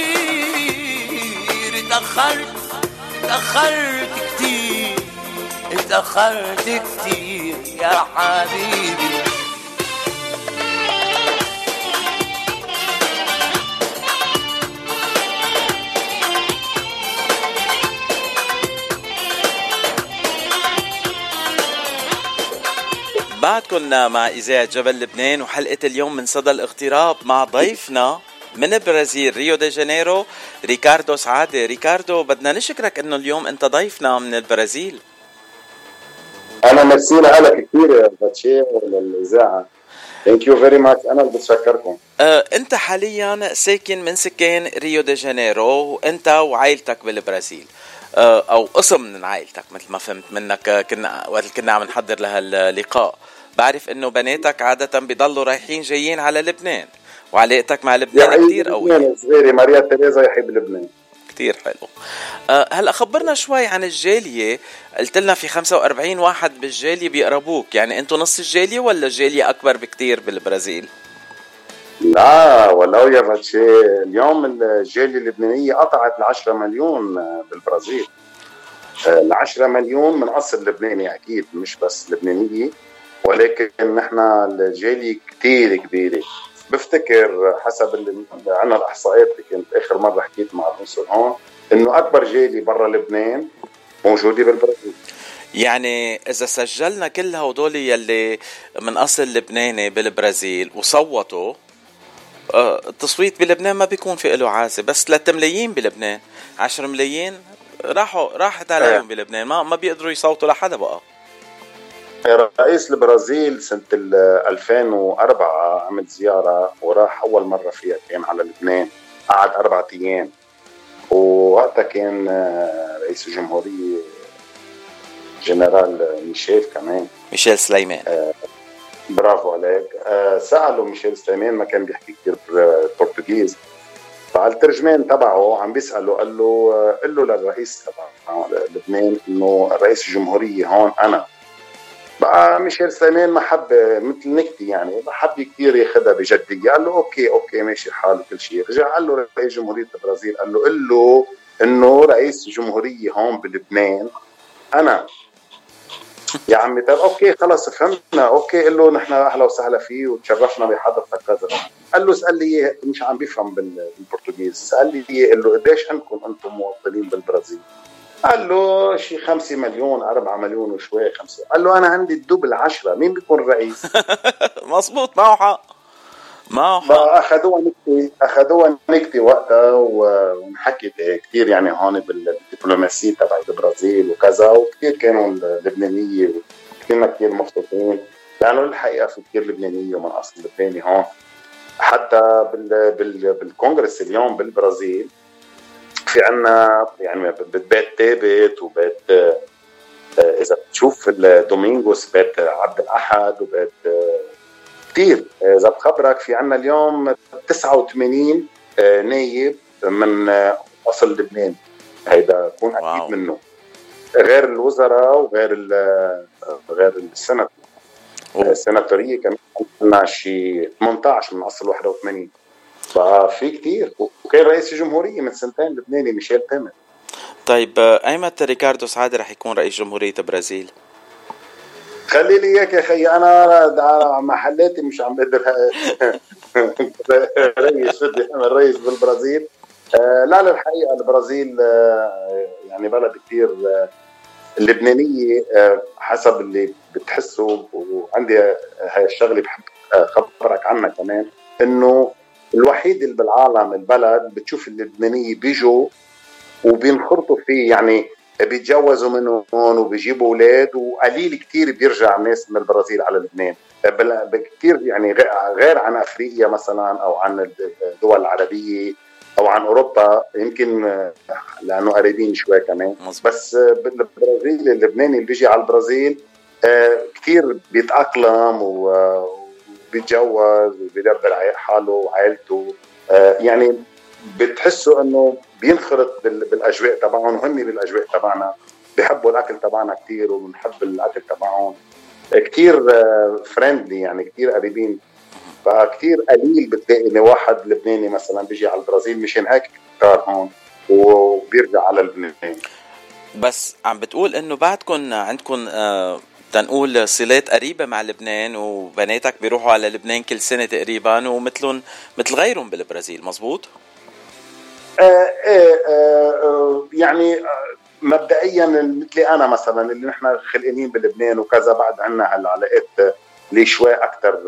ضمير. اتأخرت اتأخرت كتير، اتأخرت كتير يا حبيبي. بعد كنا مع إذاعة جبل لبنان وحلقة اليوم من صدى الاغتراب مع ضيفنا من البرازيل ريو دي جانيرو ريكاردو سعادة. ريكاردو بدنا نشكرك انه اليوم انت ضيفنا من البرازيل. انا ميرسي لك كثير يا باتشي وللاذاعه. ثانك يو فيري ماتش. انا بدي اتشكركم. أه انت حاليا ساكن من سكان ريو دي جانيرو وانت وعائلتك بالبرازيل، أه او قسم من عائلتك مثل ما فهمت منك كنا وقت كنا عم نحضر لها اللقاء. بعرف انه بناتك عاده بيضلوا رايحين جايين على لبنان وعلاقتك مع لبنان كتير قوية. صغيرة ماريا تريزا يحب لبنان كتير حلو. أه هلأ خبرنا شوي عن الجالية. قلت لنا في خمسة وأربعين واحد بالجالية بيقربوك، يعني انتو نص الجالية ولا الجالية أكبر بكتير بالبرازيل؟ لا ولو يا باتشي اليوم الجالية اللبنانية قطعت العشرة مليون بالبرازيل. العشرة مليون من أصل لبناني أكيد مش بس لبنانية، ولكن نحن الجالية كتير كبيرة. بفتكر حسب اللي عنا الإحصائيات اللي كنت آخر مرة حكيت مع العنصر هون إنه أكبر جالية برا لبنان موجودة بالبرازيل. يعني إذا سجلنا كل هودول يلي من أصل لبناني بالبرازيل وصوتوا، التصويت بلبنان ما بيكون في له عازة، بس ثلاثة ملايين بلبنان، عشرة ملايين راحوا راحت عليهم بلبنان، ما ما بيقدروا يصوتوا لحدا بقى. رئيس البرازيل سنة ألفين وأربعة عمل زيارة وراح أول مرة فيها كان على لبنان، قعد أربعة أيام، ووقتها كان رئيس الجمهورية جنرال ميشيل كمان ميشيل سليمان. آه برافو عليك. آه سأله ميشيل سليمان ما كان بيحكي كتير برتغيز، فالترجمان تبعه عم بيسأله قال له قل له للرئيس تبع لبنان إنه رئيس الجمهورية هون أنا. بقى ميشيل سليمان ما حب مثل نكتي يعني ما حب كتير ياخدها بجدية، قال له أوكي أوكي ماشي الحال كل شيء. رجع قال له رئيس جمهورية البرازيل قال له قل له إنه رئيس الجمهورية هون بلبنان أنا. يا عمي طيب أوكي خلاص فهمنا أوكي قل له نحن أهلا وسهلا فيه وتشرفنا بحضرتك كذا. قال له اسأل لي مش عم بيفهم بالبرتغيز، سأل لي قل له قديش أنكم أنتم مواطنين بالبرازيل؟ قال له شي خمسة مليون أربعة مليون وشوي خمسة. قال له أنا عندي الدبل عشرة، مين بيكون رئيس؟ مصبوط معه حق. ما اخذوها نكتة اخذوها نكتة وقتها ونحكت كتير يعني هون بالدبلوماسية تبع البرازيل وكذا، وكتير كانوا اللبنانية كنا كتير مبسوطين لأنه الحقيقة في كتير لبنانية ومن أصل لبناني هون. حتى بال بال بالكونغرس اليوم بالبرازيل في عنا يعني بيت تابت وبيت إذا بتشوف الدومينغوس بيت عبد الأحد وبيت كتير. إذا بخبرك في عنا اليوم تسعة وثمانين نايب من أصل لبنان، هيدا كون أكيد منه، غير الوزراء وغير غير السنة السناتورية كمان كنا شي ثمانية عشر من أصل واحد وثمانين. ففي كتير، وكان رئيس الجمهورية من سنتين لبناني ميشيل تامر. طيب أيمت ريكاردو سعادة رح يكون رئيس جمهورية البرازيل؟ خلي لي اياك يا خي، انا محلاتي مش عم بقدر رئيس بدي اعمل رئيس بالبرازيل. لا لا الحقيقه البرازيل يعني بلد كتير اللبنانيه حسب اللي بتحسه، وعندي هاي الشغله بحب خبرك عنها كمان، انه الوحيد اللي بالعالم البلد بتشوف اللبنانيه بيجوا وبينخرطوا فيه، يعني بيتجوزوا منهم وبيجيبوا اولاد، وقليل كتير بيرجع ناس من البرازيل على لبنان كتير، يعني غير عن افريقيا مثلا او عن الدول العربيه او عن اوروبا، يمكن لانه قريبين شوي كمان. بس بالبرازيل اللبناني اللي بيجي على البرازيل كتير بيتاقلم وبيتجوز وبيدبر حاله وعائلته، يعني بتحسوا انه بينخرط بالاجواء تبعهم، وهن بالاجواء تبعنا بيحبوا الاكل تبعنا كتير وبنحب الاكل تبعهم كتير، فريندلي يعني كتير قريبين. فكتير قليل بتلاقي واحد لبناني مثلا بيجي على البرازيل مشان هيك كتار هون وبيرجع على لبنان. بس عم بتقول انه بعدكم عندكم آه تنقول صلات قريبة مع لبنان، وبناتك بيروحوا على لبنان كل سنة تقريبا ومثلهم مثل غيرهم بالبرازيل، مزبوط؟ آه آه آه يعني مبدئيا مثلي انا مثلا اللي نحن خلقانين بلبنان وكذا، بعد عنا هالعلاقات اللي شوي اكثر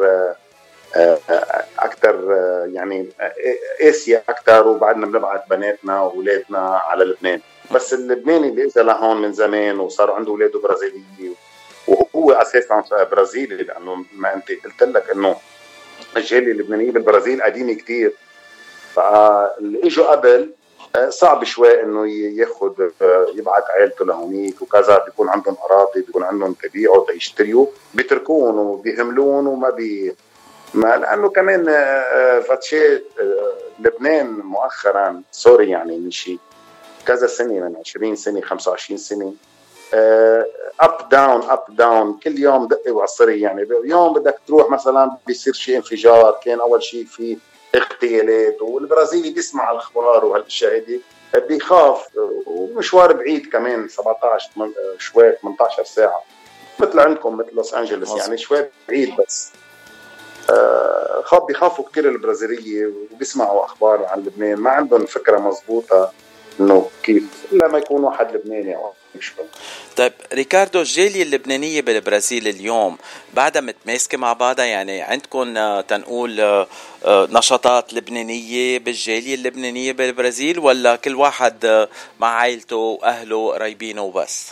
اكثر يعني قاسيه اكثر، وبعدنا بنبعث بناتنا واولادنا على لبنان. بس اللبناني اللي اجى لهون من زمان وصار عنده اولاده برازيليين وهو اساسا برازيلي، لانه ما انت قلت لك انه الجاليه اللبنانيه بالبرازيل قديمه كثير، فاللي اجوا قبل صعب شوي انه ياخذ يبعث عائلته لهونيك وكذا، بيكون عندهم اراضي، بيكون عندهم تبيعوا تيشتريوا، بيتركون وبيهملون وما بي ما لانه كمان فاتشي لبنان مؤخرا سوري يعني من شيء كذا سنه، من عشرين سنه خمسة وعشرين سنه اب داون اب داون، كل يوم دقي وعصري، يعني يوم بدك تروح مثلا بيصير شيء انفجار، كان اول شيء في اغتيالات، والبرازيلي بيسمع الاخبار وهالاشياء هذه بيخاف، ومشوار بعيد كمان سبعة عشر شوي ثمانية عشر ساعه مثل عندكم مثل لوس انجلوس، يعني شوي بعيد، بس آه خاف بيخافوا كثير البرازيليه وبيسمعوا اخبار عن لبنان، ما عندهم فكره مضبوطه انه كيف الا ما يكون واحد لبناني او شو. طيب ريكاردو، الجاليه اللبنانيه بالبرازيل اليوم بعدها متماسكه مع بعضها؟ يعني عندكم تنقول نشاطات لبنانيه بالجاليه اللبنانيه بالبرازيل، ولا كل واحد مع عائلته واهله وقرايبينه وبس؟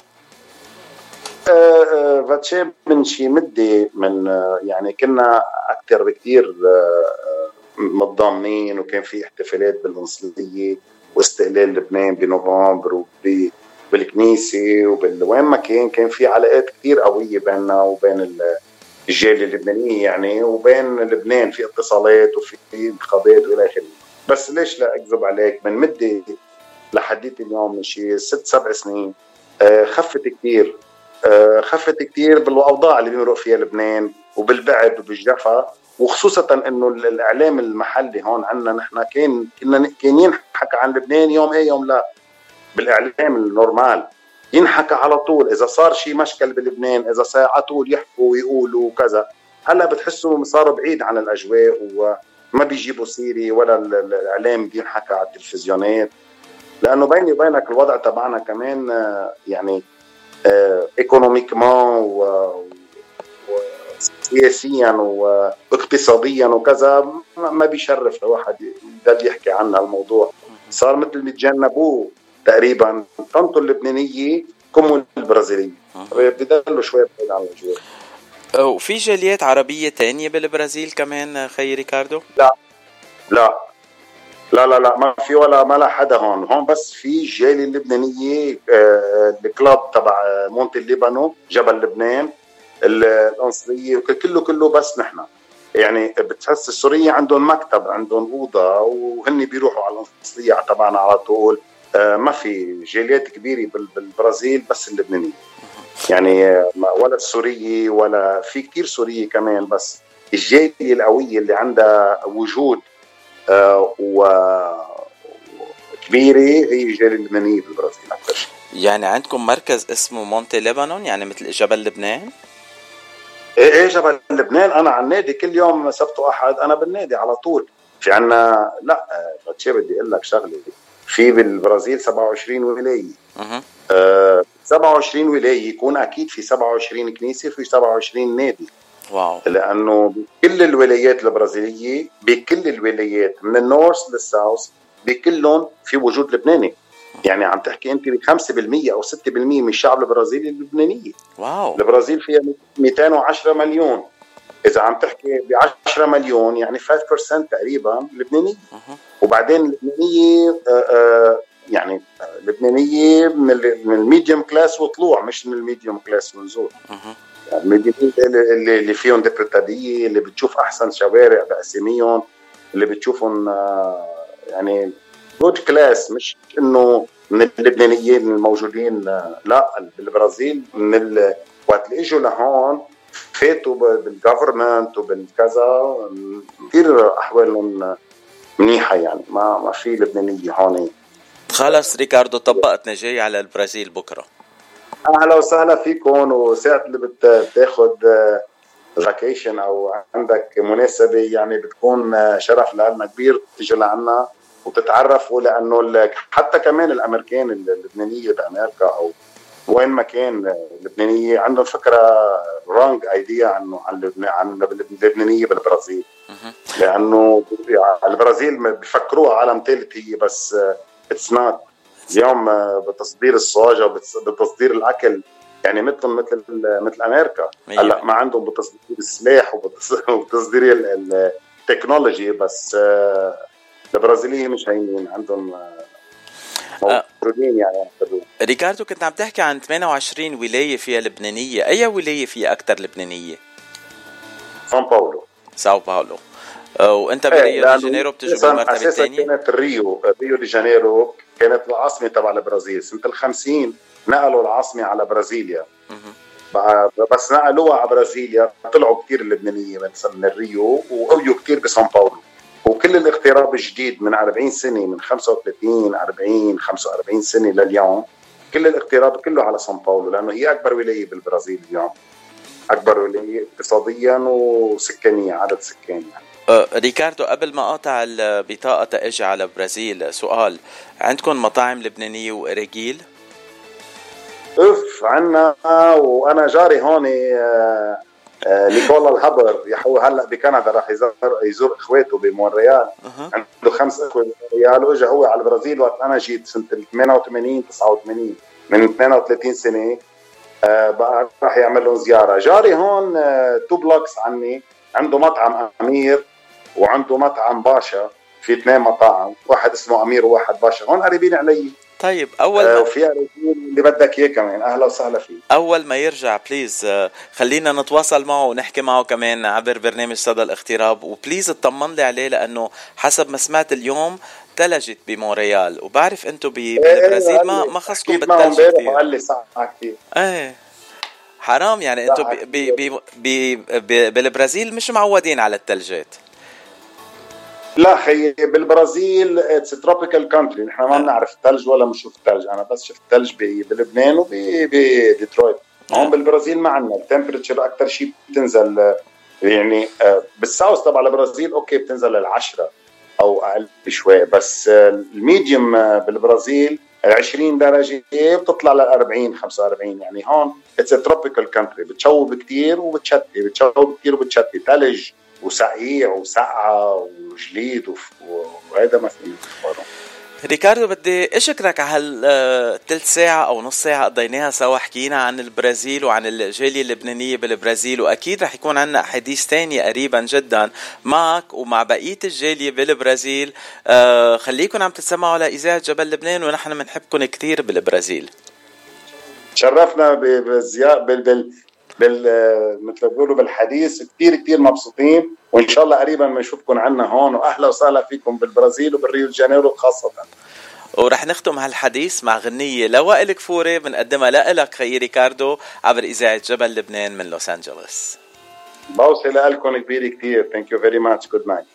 فاتشي من شي مدة من يعني كنا أكتر بكتير متضامنين، وكان في احتفالات بالقنصلية واستقلال لبنان بنوفمبر وبالكنيسة وبالوين ما كان، كان في علاقات كتير قوية بيننا وبين الجالية اللبنانية يعني، وبين لبنان في اتصالات وفي انتخابات وإلى آخره. بس ليش لا أكذب عليك، من مدة لحديت اليوم من شي ست سبع سنين خفت كتير خفت كتير بالأوضاع اللي بيمرق فيها لبنان وبالبعد وبالجفا، وخصوصا انه الاعلام المحلي هون عندنا نحن كان كنا كان ينحكى عن لبنان يوم ايه يوم لا، بالاعلام النورمال ينحكى على طول اذا صار شيء مشكل بلبنان، اذا صار على طول يحكوا ويقولوا وكذا. هلا بتحسوا صاروا بعيد عن الاجواء وما بيجيبوا سيري ولا الاعلام بينحكى على التلفزيونات، لانه بيني وبينك الوضع تبعنا كمان يعني ايكونوميكمان سياسيا واقتصاديا وكذا ما بيشرف لواحد يقدر يحكي عن هالموضوع. صار مثل بيتجنبوه تقريبا طنطو اللبنانيه كم البرازيليه، بيضلوا شوي بعيد عن الجوال. وفي جاليات عربيه تانية بالبرازيل كمان خي ريكاردو؟ لا لا لا لا لا ما في ولا ما لا حدا هون هون بس في الجاليه اللبنانيه. آه الكلاب تبع مونتي الليبانو جبل لبنان الأنصرية كله كله بس نحن يعني بتحس السورية عندهم مكتب عندهم أوضة وهن بيروحوا على الأنصرية تبعنا على طول. آه ما في جاليات كبيرة بالبرازيل بس اللبنانية يعني ولا السورية ولا في كتير سورية كمان بس الجالية القوية اللي عندها وجود آه وكبيرة هي الجالية اللبنانية بالبرازيل أكثر شيء. يعني عندكم مركز اسمه مونتي ليبانون يعني مثل جبل لبنان؟ ايه ايه جبل لبنان. انا على النادي كل يوم سبت واحد انا بالنادي على طول. في عنا لا فتشي بدي اقول لك شغله، في بالبرازيل سبعة وعشرين ولايه. أه سبعة وعشرين ولايه يكون اكيد في سبعة وعشرين كنيسه في سبعة وعشرين نادي. واو. لانه بكل الولايات البرازيليه بكل الولايات من النورث للساوث بكلهم في وجود لبناني. يعني عم تحكي انت ب خمسة بالمية او ستة بالمية من الشعب البرازيلي اللبنانيه. واو. البرازيل فيها مئتين وعشرة مليون، اذا عم تحكي ب عشرة مليون يعني خمسة بالمية تقريبا لبنانيه. وبعدين اللبنانيه آآ آآ يعني لبنانيه من من الميديوم كلاس وطلوع مش من الميديوم كلاس ونزول. يعني الميديوم اللي, اللي فيهم ديمقراطيه اللي بتشوف احسن شوارع باساميهم اللي بتشوفهم يعني جود كلاس مش انه من اللبنانيين الموجودين لا بالبرازيل من وقت اللي اجوا لهون فاتوا بالجفرمنت وبالكذا كثير احوالهم منيحه يعني ما ما في لبنانيه هون. خلص ريكاردو طبقتنا جاي على البرازيل بكره. اهلا وسهلا فيكم. وساعه اللي بتاخذ فاكيشن او عندك مناسبه يعني بتكون شرف لنا كبير تيجي لعنا وتتعرفوا لانه حتى كمان الامريكان اللبنانيه بامريكا او وين ما كان اللبنانيه عندهم فكره رونج ايديا عنه عن اللبنانيه بالبرازيل. لانه البرازيل بفكروها عالم ثالث هي بس اتس نوت. اليوم بتصدير الصوجه بتصدير الاكل يعني مثل مثل مثل امريكا هلا ما عندهم بتصدير السلاح وبتصدير التكنولوجي بس البرازيليين مش هينين عندهم موجودين يعني. ريكاردو كنت عم تحكي عن ثمانية وعشرين ولاية فيها لبنانية، أي ولاية فيها أكتر لبنانية؟ سان باولو. ساو باولو. وأنت بريو دي جانيرو بتجي بالمرتبة الثانية؟ أساسا كانت ريو ريو دي جانيرو كانت العاصمة تبع البرازيل. سنة الخمسين نقلوا العاصمة على برازيليا. بس نقلوها على برازيليا طلعوا كتير اللبنانية من الريو وقويوا كتير بسان باولو. وكل الاغتراب الجديد من أربعين سنة من خمسة وثلاثين أربعين خمسة وأربعين سنة لليوم كل الاغتراب كله على سان باولو لأنه هي أكبر ولاية بالبرازيل اليوم. أكبر ولاية اقتصاديا وسكانيا عدد سكان يعني. أه ريكاردو قبل ما قاطع البطاقة تأجي على البرازيل سؤال، عندكم مطاعم لبنانية وإراجيل؟ أف عنا. وأنا جاري هون آه نيكولا الهبر يحو هلا بكندا راح يزور يزور اخواته بمونريال. أه. عنده خمس اخوه بمونريال واجا هو على البرازيل وقت انا جيت سنه ثمانية وثمانين تسعة وثمانين من اثنين وثلاثين سنه. آه بقى راح يعمل لهم زياره. جاري هون آه تو بلوكس عني عنده مطعم امير وعنده مطعم باشا. في اثنين مطاعم واحد اسمه امير وواحد باشا هون قريبين علي. طيب اول ما آه وفي اللي بدك اياه كمان اهلا وسهلا فيه. اول ما يرجع بليز خلينا نتواصل معه ونحكي معه كمان عبر برنامج صدى الاغتراب وبليز اطمن لي عليه لانه حسب ما سمعت اليوم تلجت بمونريال وبعرف انتم بالبرازيل ما ما خصكم بالثلج كثير. قال لي ساعه كثير. ايه حرام يعني انتم بالبرازيل مش معودين على الثلجات. لا خي بالبرازيل اتس تروبيكال كونتري. نحن ما بنعرف الثلج ولا بنشوف الثلج. انا بس شفت الثلج بلبنان وبديترويت. هون بالبرازيل ما عندنا التمبريتشر اكثر شيء بتنزل يعني بالساوث تبع البرازيل اوكي بتنزل للعشرة او اقل شوي بس الميديوم بالبرازيل عشرين درجه بتطلع ل أربعين خمسة وأربعين يعني هون اتس تروبيكال كانتري، بتشوب كتير وبتشتي، بتشوب كتير وبتشتي، ثلج وسقيع وسقعة وجليد وهذا ما في مقارنة. ريكاردو بدي اشكرك على هالثلث ساعة او نص ساعة قضيناها سوا، حكينا عن البرازيل وعن الجالية اللبنانية بالبرازيل، واكيد رح يكون عنا حديث تاني قريبا جدا معك ومع بقية الجالية بالبرازيل. آه خليكن عم تتسمعوا على إذاعة جبل لبنان، ونحن منحبكن كتير بالبرازيل. تشرفنا بالزيارة بال بال بال مثل بيقولوا بالحديث، كتير كتير مبسوطين، وإن شاء الله قريبا بنشوفكم عنا هون، وأهلا وسهلا فيكم بالبرازيل وبالريو جانيرو خاصة. ورح نختم هالحديث مع غنية لوائل كفوري بنقدمها لك خي ريكاردو عبر إذاعة جبل لبنان من لوس أنجلوس. بوصي لكم كبير كتير. Thank you very much. Good night.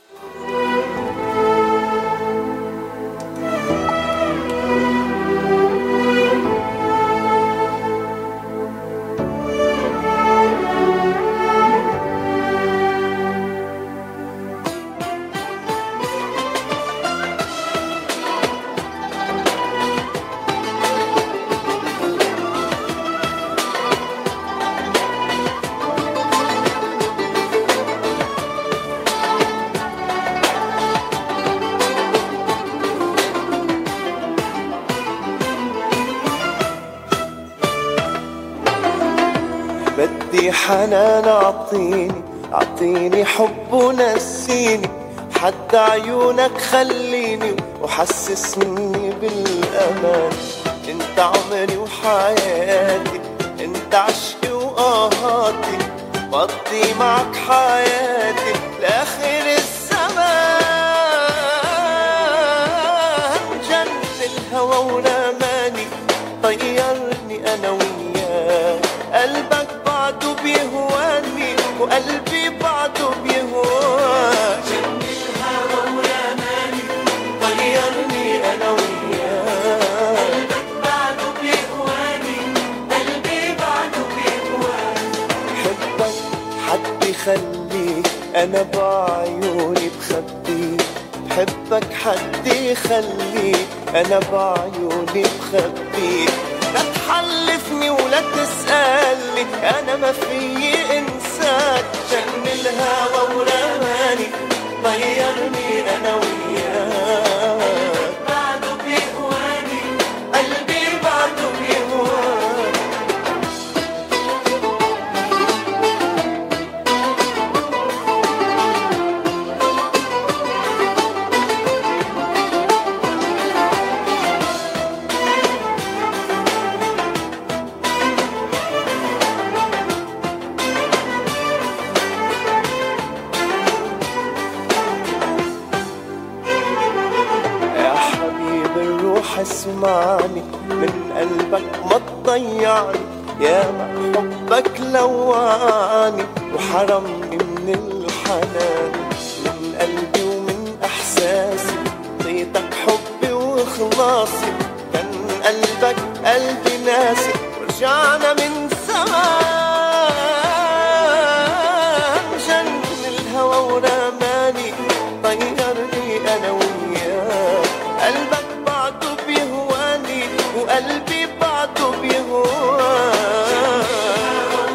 بدي حنان عطيني عطيني حب ونسيني، حد عيونك خليني وحسسني بالأمان. انت عمري وحياتي، انت عشقي وآهاتي، بقضي معك حياتي لآخر الزمان. جن الهوى ورماني طيرني أنا وياك، قلبك بعده بيهواني وقلبي بعده بيهواك. جن الهوى ورماني طيرني أنا وياك، قلبك بعده بيهواني قلبي بعده بيهواك. حبك حد يخليك أنا بعيوني بخبيك، حبك حد يخليك أنا بعيوني بخبيك. لا تحلفني ولا تسألني أنا ما في إنسان. جن الهوى ورماني طيرني أنا وياك، بعده بيهواني قلبي بعده بيهواك. اسمعني من قلبك ما تضيعني، يا ما حبك لواني وحرمني من الحنان. من قلبي ومن احساسي طيتك حبي وخلاصي، كان قلبك قلبي ناسي ورجعنا من زمان. جن الهوى ورماني طيرني انا وياك، قلبك وقلبي بعده بيهواك.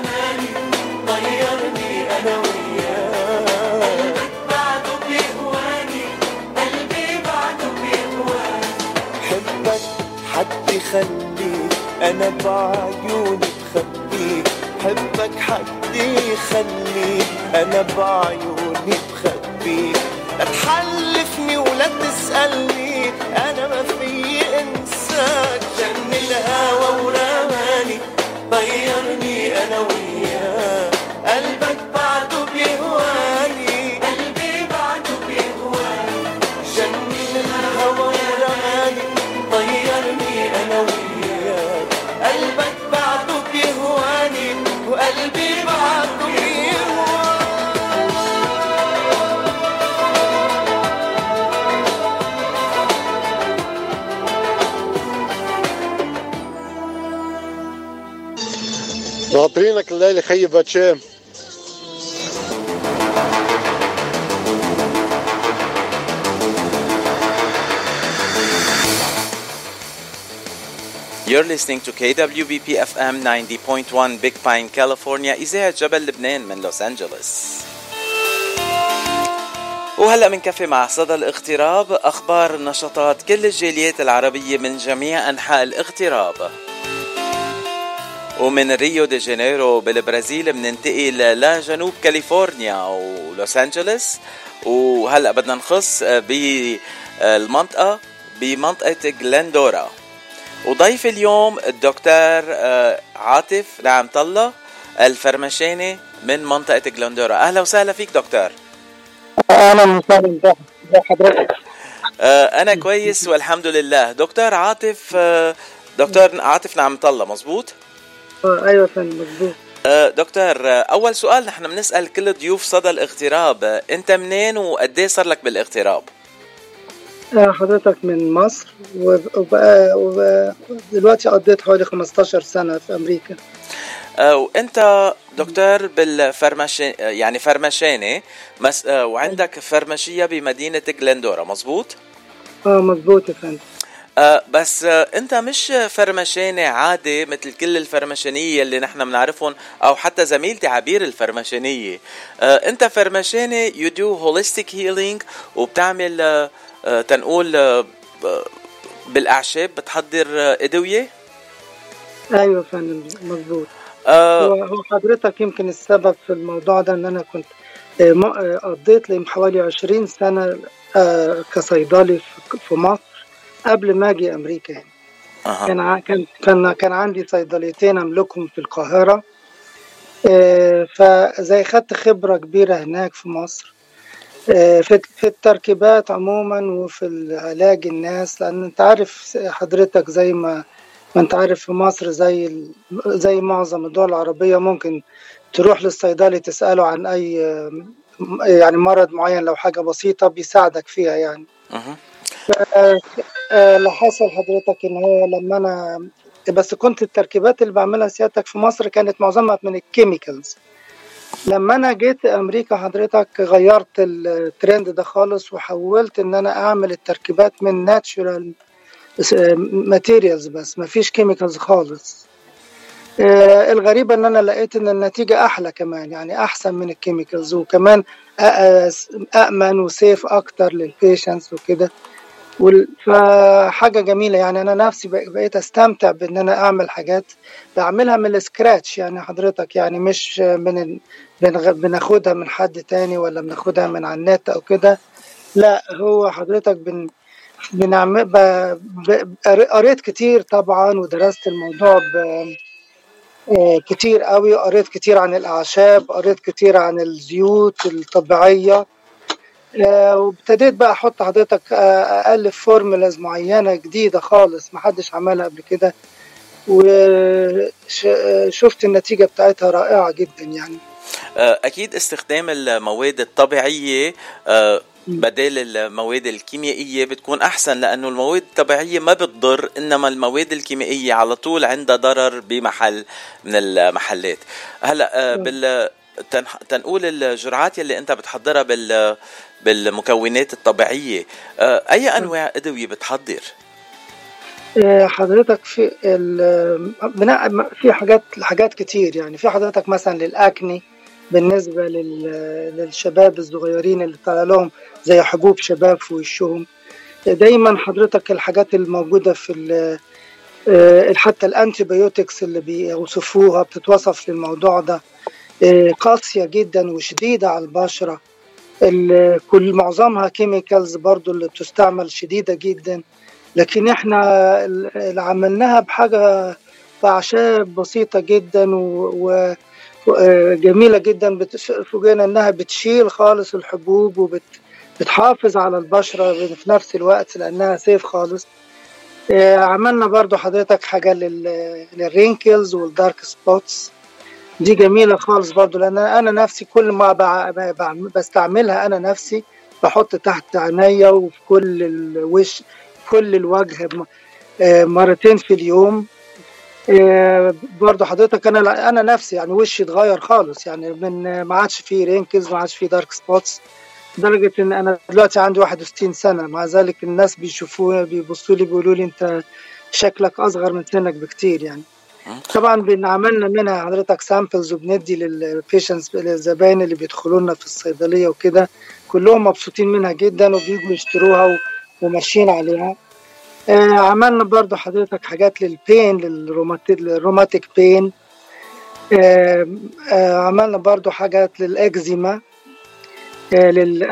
طيرني أنا وياك، بعده بيهواني قلبي بعده بيهواك. حبك حد يخليك أنا بعيوني بخبيك، حبك حد يخليك أنا بعيوني بخبيك. لا تحلفني ولا تسألني أنا ما في إنسان. جن الهوى ورماني طيرني أنا وياك، قلبك بعده بيهواني قلبي بعده بيهواني. جن الهوى ورماني طيرني أنا وياك، قلبك بعده بيهواني وقلبي بعده بيهواني. ناطرينك الليلة خي باتشام. You're listening to كي دبليو بي بي إف إم ninety point one Big Pine, California, إذاعة جبل لبنان من لوس أنجلوس. وهلأ منكفي مع صدى الاغتراب، أخبار نشاطات كل الجاليات العربية من جميع أنحاء الاغتراب. ومن ريو دي جانيرو بالبرازيل مننتقل لجنوب كاليفورنيا ولوس أنجلوس، وهلأ بدنا نخص بالمنطقة بمنطقة غلندورا. وضيف اليوم الدكتور عاطف نعمة الله الفرمشاني من منطقة غلندورا. أهلا وسهلا فيك دكتور. أهلا وسهلا بحضرتك. أنا كويس والحمد لله. دكتور عاطف دكتور عاطف نعمة الله مزبوط؟ أيوة فندم مزبوط. دكتور أول سؤال نحن بنسأل كل ضيوف صدى الاغتراب، أنت منين وقديه صار لك بالاغتراب؟ حضرتك من مصر، ودلوقتي قضيت حوالي خمستاشر سنة في أمريكا. وأنت دكتور بالفرمشي يعني فرمشاني مس... وعندك فرمشية بمدينة غلندورا مزبوط؟ اه مزبوط يا فندم. آه بس آه انت مش فرمشاني عادي مثل كل الفرمشانية اللي نحن بنعرفهم او حتى زميلتي عبير الفرمشانية. آه انت فرمشاني you do holistic healing وبتعمل آه آه تنقول آه بالاعشاب، بتحضر آه ادوية. ايوه فندم مزبوط. آه هو حضرتك يمكن السبب في الموضوع ده ان انا كنت آه قضيت لي حوالي عشرين سنة آه كصيدلي في مصر قبل ما اجي امريكا يعني. أه. كان كان كان كان عندي صيدليتين املكهم في القاهره، آه فزي خدت خبره كبيره هناك في مصر، آه في في التركيبات عموما وفي علاج الناس، لان انت عارف حضرتك زي ما ما انت عارف في مصر زي زي معظم الدول العربيه ممكن تروح للصيدلي تساله عن اي يعني مرض معين، لو حاجه بسيطه بيساعدك فيها يعني. أه. اللي حصل حضرتك ان هو لما انا بس كنت التركيبات اللي بعملها سيادتك في مصر كانت معظمها من الكيميكالز. لما انا جيت امريكا حضرتك غيرت الترند ده خالص وحولت ان انا اعمل التركيبات من ناتشورال ماتيريالز بس ما فيش كيميكالز خالص. الغريبة ان انا لقيت ان النتيجة احلى كمان، يعني احسن من الكيميكالز، وكمان أأمن وسيف أكتر للبيشنس وكده. فحاجة جميلة يعني. أنا نفسي بقيت أستمتع بأن أنا أعمل حاجات بعملها من السكراتش يعني حضرتك، يعني مش من بناخدها من حد تاني ولا بناخدها من على النت أو كده، لا هو حضرتك بن بنعمل قريت كتير طبعا ودرست الموضوع ب كتير قوي، قريت كتير عن الأعشاب، قريت كتير عن الزيوت الطبيعية، وابتديت بقى أحط حضرتك ألف فورمولاز معينة جديدة خالص محدش عملها قبل كده، وشفت النتيجة بتاعتها رائعة جدا يعني. أكيد استخدام المواد الطبيعية بدل المواد الكيميائية بتكون أحسن، لأنه المواد الطبيعية ما بتضر، إنما المواد الكيميائية على طول عندها ضرر بمحل من المحلات. هلأ بال تنقول الجرعات اللي أنت بتحضرها بال بالمكونات الطبيعية، أي أنواع أدوية بتحضر؟ حضرتك في في حاجات حاجات كتير يعني. في حضرتك مثلا للأكني بالنسبة للشباب الصغيرين اللي طلع لهم زي حبوب شباب في وشهم، دايما حضرتك الحاجات الموجودة في حتى الانتيبيوتكس اللي بيوصفوها بتتوصف للموضوع ده قاسية جدا وشديدة على البشرة، كل معظمها كيميكالز برضو اللي بتستعمل شديدة جدا، لكن احنا اللي عملناها بحاجة بأعشاب بسيطة جدا و جميلة جدا، فوجئنا انها بتشيل خالص الحبوب وبتحافظ على البشرة في نفس الوقت لانها سيف خالص. عملنا برضو حضرتك حاجة للرينكلز والدارك سبوتس، دي جميلة خالص برضو، لان انا نفسي كل ما بستعملها انا نفسي بحط تحت عينيا وفي كل الوش كل الوجه مرتين في اليوم. برضو حضرتك انا انا نفسي يعني وشي اتغير خالص، يعني من ما عادش فيه رينكلز ما عادش فيه دارك سبوتس، لدرجه ان انا دلوقتي عندي واحد وستين سنة، مع ذلك الناس بيشوفوني بيبصوا لي بيقولوا لي انت شكلك اصغر من سنك بكتير يعني. طبعا بنعملنا منها حضرتك سامبلز وبندي للبيشنتس للزباين اللي بيدخلوا لنا في الصيدليه وكده، كلهم مبسوطين منها جدا وبيجوا يشتروها وماشيين عليها. آه عملنا برضو حضرتك حاجات للبين للروماتيك بين. آه آه عملنا برضو حاجات للإكزيما، آه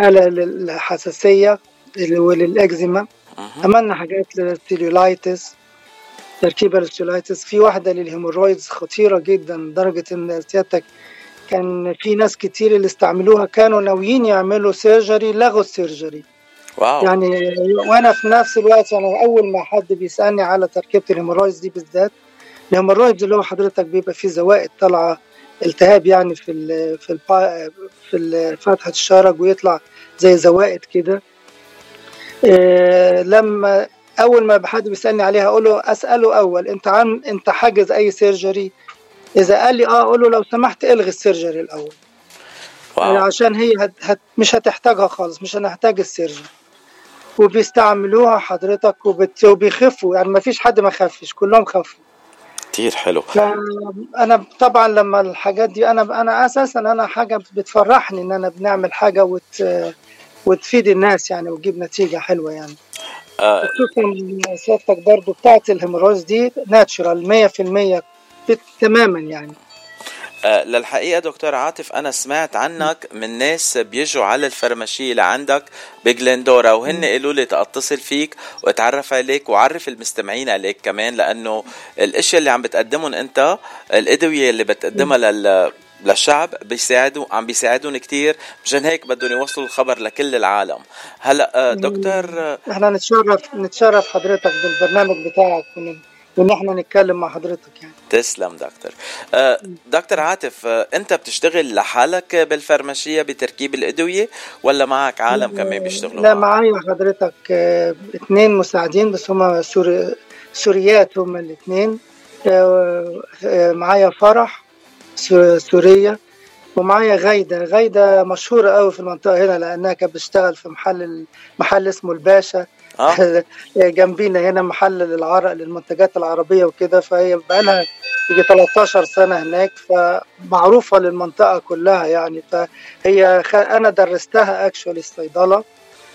للحساسية وللإكزيما. عملنا حاجات للسيلولايتس، تركيبة للسيلولايتس. في واحدة للهيمورويدز خطيرة جدا لدرجة ان سيادتك كان في ناس كتير اللي استعملوها كانوا ناويين يعملوا سيرجري لغوا السيرجري. واو. يعني وانا في نفس الوقت يعني اول ما حد بيسالني على تركيبه الهيمورويدز دي بالذات، الهيمورويدز اللي هو حضرتك بيبقى فيه زوائد طالعه التهاب يعني في ال في ال في فتحه الشرج ويطلع زي زوائد كده. إيه لما اول ما حد بيسالني عليها اقول له اساله اول انت عن انت حاجز اي سيرجري؟ اذا قال لي اه اقول له لو سمحت الغي السيرجري الاول. يعني عشان هي هت هت مش هتحتاجها خالص، مش هنحتاج السيرجري. وبيستعملوها حضرتك وبت... وبيخفوا، يعني ما فيش حد ما خفش، كلهم خفوا. كتير حلو. انا طبعا لما الحاجات دي انا انا اساسا انا حاجه بتفرحني ان انا بنعمل حاجه وت... وتفيد الناس يعني وتجيب نتيجه حلوه يعني. آه. خصوصا سيادتك برضو بتاعت الهيمورويدز دي ناتشورال مية في المية تماما يعني. أه للحقيقة دكتور عاطف أنا سمعت عنك من ناس بيجوا على الفرماشية لعندك بجلندورا وهن قالوا لي تتصل فيك واتعرف عليك وعرف المستمعين عليك كمان، لأنه الاشياء اللي عم بتقدمهم أنت، الأدوية اللي بتقدمها لل للشعب بيساعدوا عم بيساعدون كتير، مشان هيك بدهم يوصلوا الخبر لكل العالم. هلا دكتور احنا نتشرف نتشرف حضرتك بالبرنامج بتاعك وان احنا نتكلم مع حضرتك يعني. تسلم دكتور. آه دكتور عاطف، آه انت بتشتغل لحالك بالفرماشية بتركيب الادوية ولا معك عالم كمان بيشتغلوا؟ لا معايا حضرتك آه اثنين مساعدين بس هم سوري سوريات هم الاثنين. آه آه معايا فرح سورية ومعايا غايدة. غايدة مشهورة قوي في المنطقة هنا لأنها كانت بتشتغل في محل محل اسمه الباشا. آه. جنبينا هنا محل للعرق للمنتجات العربية وكده، فهي بقالها يجي ثلاثة عشر سنة هناك فمعروفة للمنطقة كلها يعني. فهي خ... أنا درستها أكشوالي الصيدلة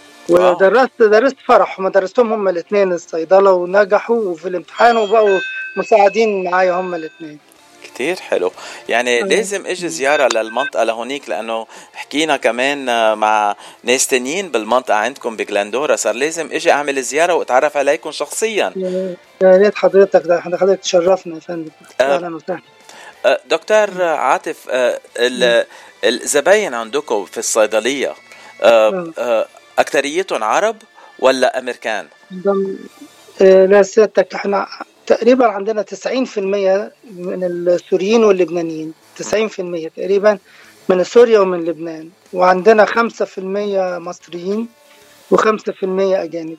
ودرست درست فرح وما درستهم هم الاثنين الصيدلة ونجحوا وفي الامتحان وبقوا مساعدين معايا هم الاثنين. كتير حلو يعني. لازم اجي زيارة للمنطقة لهونيك لأنه حكينا كمان مع ناس تانيين بالمنطقة عندكم بجلندورا، صار لازم اجي اعمل زيارة واتعرف عليكم شخصيا. يا ريت حضرتك ده حضرتك تشرفنا يا فندم. اهلا وسهلا. أه دكتور عاطف، أه الزباين عندكم في الصيدلية أه أه أكتريتهم عرب ولا أمريكان؟ أه لا سيادتك احنا تقريبا عندنا تسعين في المية من السوريين واللبنانيين، تسعين في المية تقريبا من سوريا ومن لبنان، وعندنا خمسة في المية مصريين وخمسة في المية أجانب.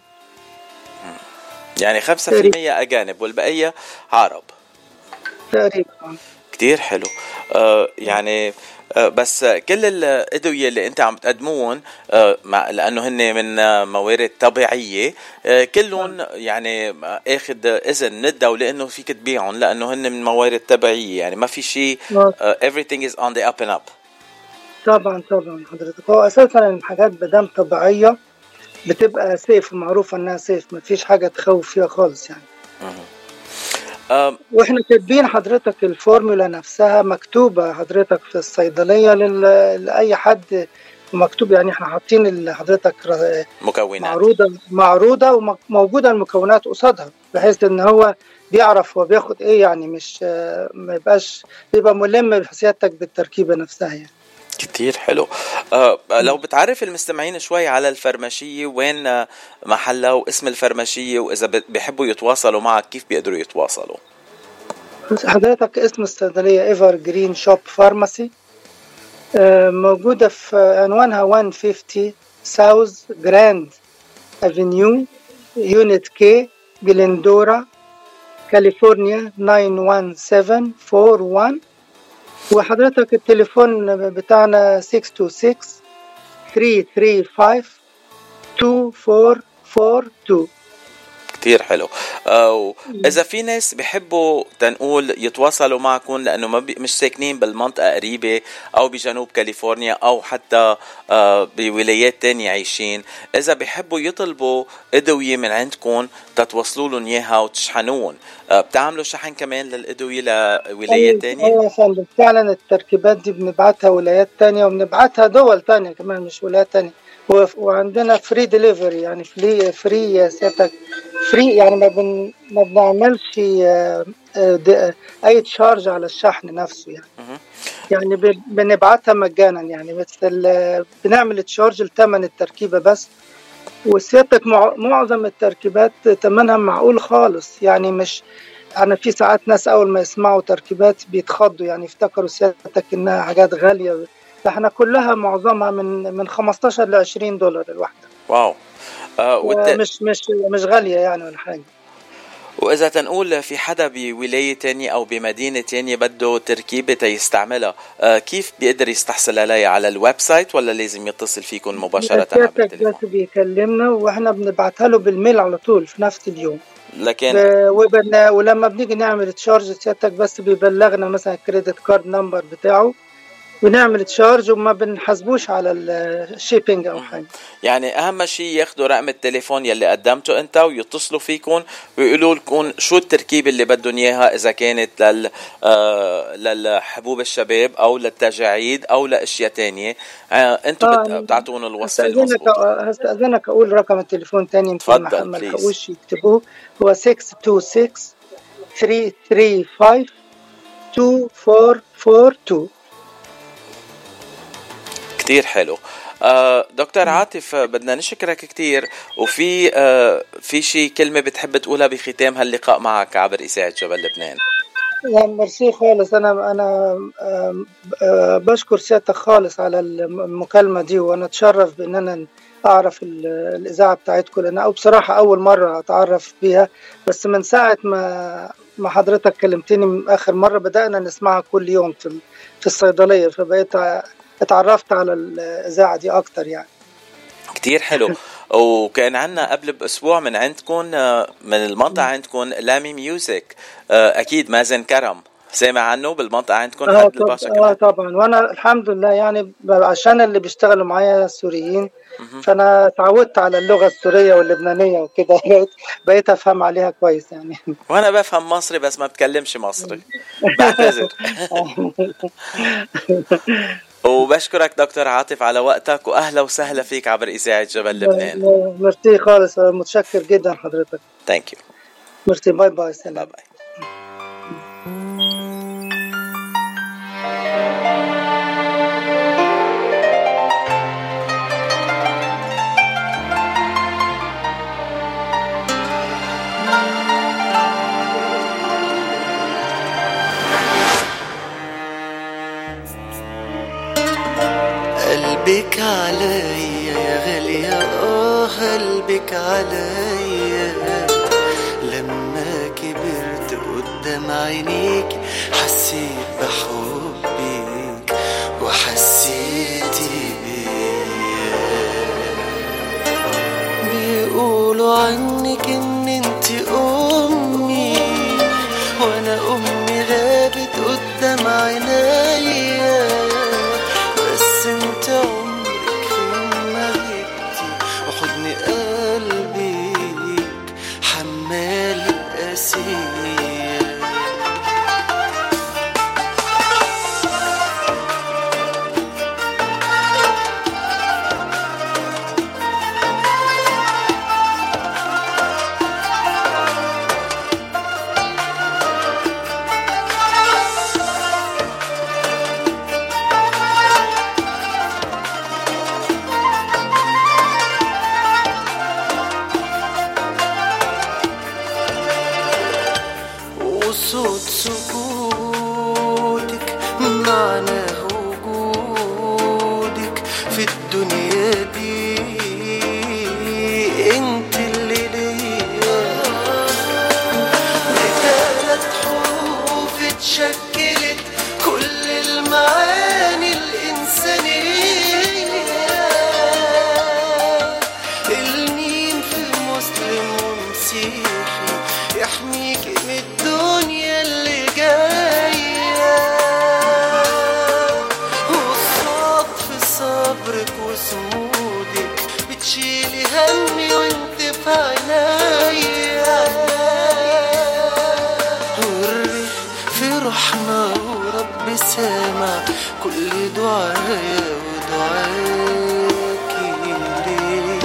يعني خمسة في المية أجانب والبقية عرب تقريبا. كتير حلو. آه يعني آه بس كل الأدوية اللي أنت عم تقدمون آه لأنه هن من آه موارد طبيعية آه كلهم يعني أخذ إذن من الدولة إنه فيك تبيعهم لأنه هن من موارد طبيعية، يعني ما في شيء آه everything is on the up and up. طبعا طبعا حضرتك هو أساسا الحاجات بدام طبيعية بتبقى سيف، معروفة إنها سيف، ما فيش حاجة تخوف فيها خالص يعني. أه واحنا كاتبين حضرتك الفورمولا نفسها مكتوبة حضرتك في الصيدلية لأي حد مكتوب، يعني احنا حاطين حضرتك مكونات معروضة معروضة وموجودة المكونات قصادها بحيث ان هو بيعرف هو بياخد ايه، يعني مش ما يبقاش بيبقى ملم بحسياتك بالتركيبة نفسها يعني. كتير حلو. أه لو بتعرف المستمعين شوي على الفرماشية، وين محلها واسم الفرماشية، وإذا بيحبوا يتواصلوا معك كيف بيقدروا يتواصلوا؟ حضرتك اسم الصيدلية إيفر جرين شوب فارماسي، موجودة في عنوانها مية وخمسين ساوث جراند افنيو يونت كي جلندورا كاليفورنيا تسعة واحد سبعة أربعة واحد، وحضرتك التليفون بتاعنا ستة اتنين ستة ثلاثة ثلاثة خمسة اتنين أربعة أربعة اتنين. كتير حلو. آه إذا في ناس بيحبوا تنقول يتواصلوا معكم لأنه ما بي مش ساكنين بالمنطقة قريبة أو بجنوب كاليفورنيا أو حتى آه بولايات تانية عايشين، إذا بيحبوا يطلبوا أدوية من عندكم تتوصلوا لهم إياها وتشحنوهم، آه بتعملوا شحن كمان للأدوية لولايات تانية؟ أيوة فعلا، فعلا التركيبات دي بنبعتها ولايات تانية وبنبعتها دول تانية كمان مش ولايات تانية، وعندنا فري ديليفري يعني فري فري سيادتك فري يعني ما بن ما بنعملش اي تشارج على الشحن نفسه يعني يعني بنبعتها مجانا يعني، بس بنعمل تشارج لثمن التركيبه بس. وسيادتك معظم التركيبات ثمنها معقول خالص يعني، مش انا في ساعات ناس اول ما يسمعوا تركيبات بيتخضوا يعني يفتكروا سيادتك انها حاجات غاليه، احنا كلها معظمها من من خمستاشر ل عشرين دولار الواحده. واو. آه والت... مش مش مش غاليه يعني ولا حاجه. وإذا تنقول في حدا بولاية تانية أو بمدينة تانية بده تركيبة يستعملها، آه كيف بيقدر يستحصل عليها؟ على الويب سايت ولا لازم يتصل فيكم مباشرة على التليفون؟ بس بيكلمنا وإحنا بنبعتها له بالميل على طول في نفس اليوم. لكن وبن... ولما بنيجي نعمل تشارج سيادتك بس بيبلغنا مثلا الكريدت كارد نمبر بتاعه ونعمل تشارج وما بنحسبوش على الشيبينج او حاجه. يعني اهم شيء ياخذوا رقم التليفون يلي قدمته انت ويتصلوا فيكم ويقولوا لكم شو التركيبه اللي بدهم اياها، اذا كانت لل آه للحبوب الشباب او للتجاعيد او لاشياء تانية. آه انتم آه بتعطون الوصفه المضبوطه. هستاذنك اقول رقم التليفون تاني يمكن محمد الحقوش يكتبوه، هو ستة اثنين ستة ثلاثة ثلاثة خمسة اثنين أربعة أربعة اثنين. كتير حلو. آه دكتور عاطف، بدنا نشكرك كتير، وفي آه في شي كلمة بتحب تقولها بختام هاللقاء معك عبر إذاعة جبل لبنان؟ لا ميرسي خالص، أنا أنا آه آه بشكر سيادتك خالص على المكالمة دي، وأنا أتشرف بأن أنا أعرف الإذاعة بتاعتكم، لأن أو بصراحة أول مرة أتعرف بيها، بس من ساعة ما ما حضرتك كلمتني آخر مرة بدأنا نسمعها كل يوم في في الصيدلية، فبقيت اتعرفت على الإذاعة دي أكتر يعني. كتير حلو. وكان عنا قبل بأسبوع من عندكم من المنطقة عندكم لامي ميوزك، أكيد مازن كرم سامع عنه بالمنطقة عندكم؟ آه, طب آه طبعا، وأنا الحمد لله يعني عشان اللي بيشتغلوا معايا سوريين فأنا تعودت على اللغة السورية واللبنانية وكده، بقيت أفهم عليها كويس يعني. وأنا بفهم مصري بس ما بتكلمش مصري، بعتذر. وبشكرك دكتور عاطف على وقتك، وأهلا وسهلا فيك عبر إذاعة جبل لبنان. مرتي خالص، متشكر جدا حضرتك. Thank you. مرتي، باي باي. سلام. باي باي. قلبك عليا يا غالية، اه قلبك عليا، لما كبرت قدام عينيك حسيت بحبك وحسيتي بيا. بيقولوا عنك ان انت امي، وانا امي غابت قدام عينيا، بس انت عمرك فين ما غبتي، وحضن قلبك حمال القاسية. وصوت سكوتك معناه وجودك في الدنيا دي، انت اللي ليا. بثلاث حروف اتشكلت كل المعاني الإنسانية، الميم في مسلم ومسيح روحي يحميك من الدنيا اللي جاية، والصدف صبرك وصمودك بتشيلي همي وانت في عينيا، والريح في روحنا ورب سامع كل دعايا ودعاكي ليا.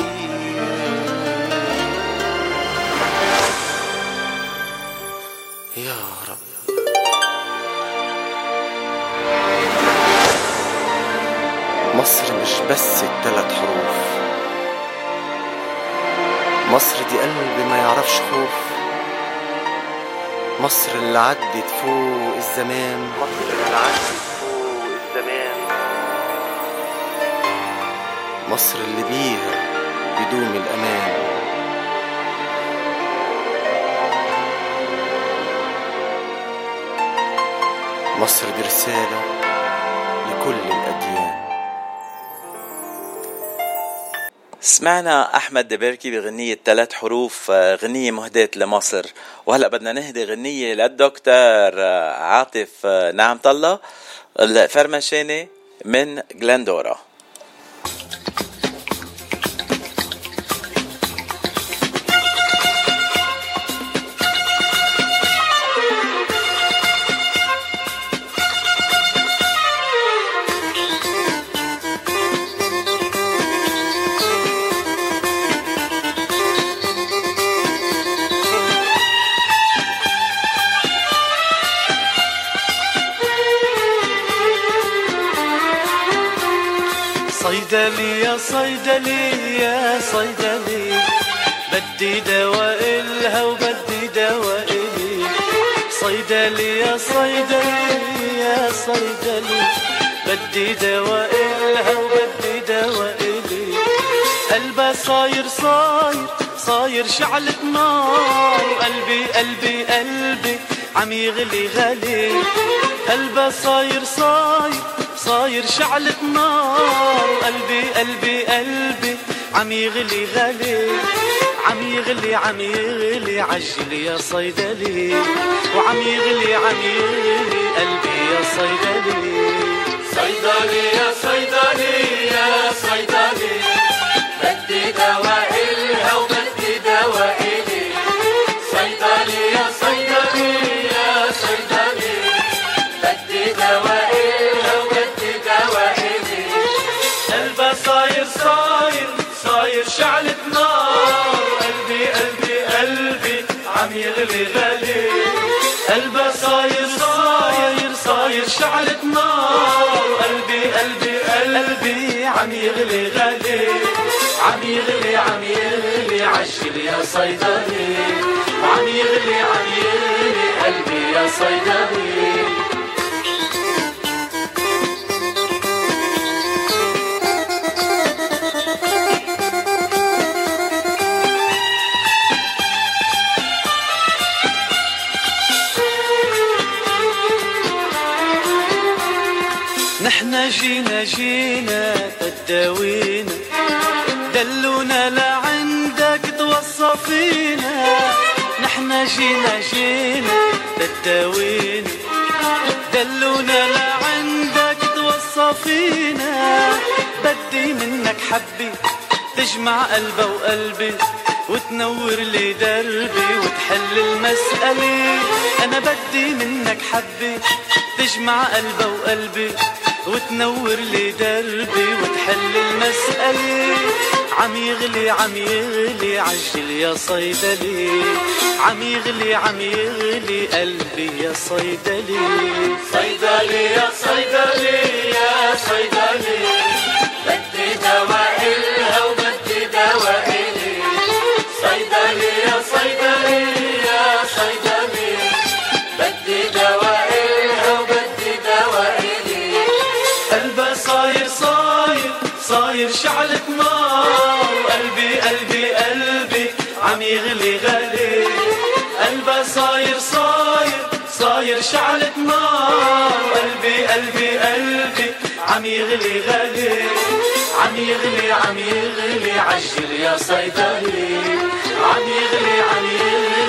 يا رب مصر مش بس الثلاث حروف، مصر دي قلب ما يعرفش خوف، مصر اللي عدت فوق الزمان، مصر اللي عدت فوق الزمان، مصر اللي بيها يدوم الأمان. مصر دي رسالة لكل الأديان. سمعنا أحمد دبركي بغنية ثلاث حروف، غنية مهداة لمصر. وهلأ بدنا نهدي غنية للدكتور عاطف نعمة الله الفرمشاني من جلندورا. صيدلي يا صيدلي يا صيدلي، بدي دواء إلها وبدي دواء إلي. صيدلي يا صيدلي يا صيدلي، بدي دواء إلها وبدي دواء إلي. قلبها صاير صاير صاير شعلة نار، وقلبي قلبي قلبي عم يغلي غلي. قلبها صاير صاير صاير شعلة نار، وقلبي قلبي قلبي عم يغلي غلي. عم يغلي عم يغلي عجلي يا صيدلي، وعم يغلي عم يغلي قلبي يا صيدلي. صيدلي يا صيدلي يا صيدلي، بدي دواء إلها وبدي دواء إلي. صيدلي يا صيدلي يا صيدلي، بدي دواء إلها وبدي دواء إلي. قلبها صاير صاير صاير شعلة نار، قلبي قلبي قلبي عم يغلي غلي. قلبها صاير صاير صاير شعلة نار، قلبي قلبي قلبي عم يغلي غلي. عم يغلي عم يغلي عجل يا صيدلي، وعم يغلي عم يغلي قلبي يا صيدلي. نحنا جينا جينا تداوينا، دلونا لعندك توصفينا. نحنا جينا جينا تداوينا، دلونا لعندك توصفينا. بدي منك حبي تجمع قلبه وقلبي، وتنور لي دربي وتحل المسألة. أنا بدي منك حبي تجمع قلبه وقلبي، وتنور لي دربي وتحل المسألة. عم يغلي عم يغلي عجل يا صيدلي، عم يغلي عم يغلي قلبي يا صيدلي. صيدلي يا صيدلي يا صيدلي، بدي دواء إلها وبدي دواء إلي. صيدلي يا صيدلي يا صيدلي، بدي دواء إلها وبدي دواء إلي. قلبها صاير صاير صاير شعلة نار، قلبي قلبي قلبي عم يغلي غلي. قلبها صاير صاير صاير شعلة نار، قلبي قلبي قلبي عم يغلي غلي. عم يغلي عم يغلي عجل يا صيدلي، عم يغلي عم يغلي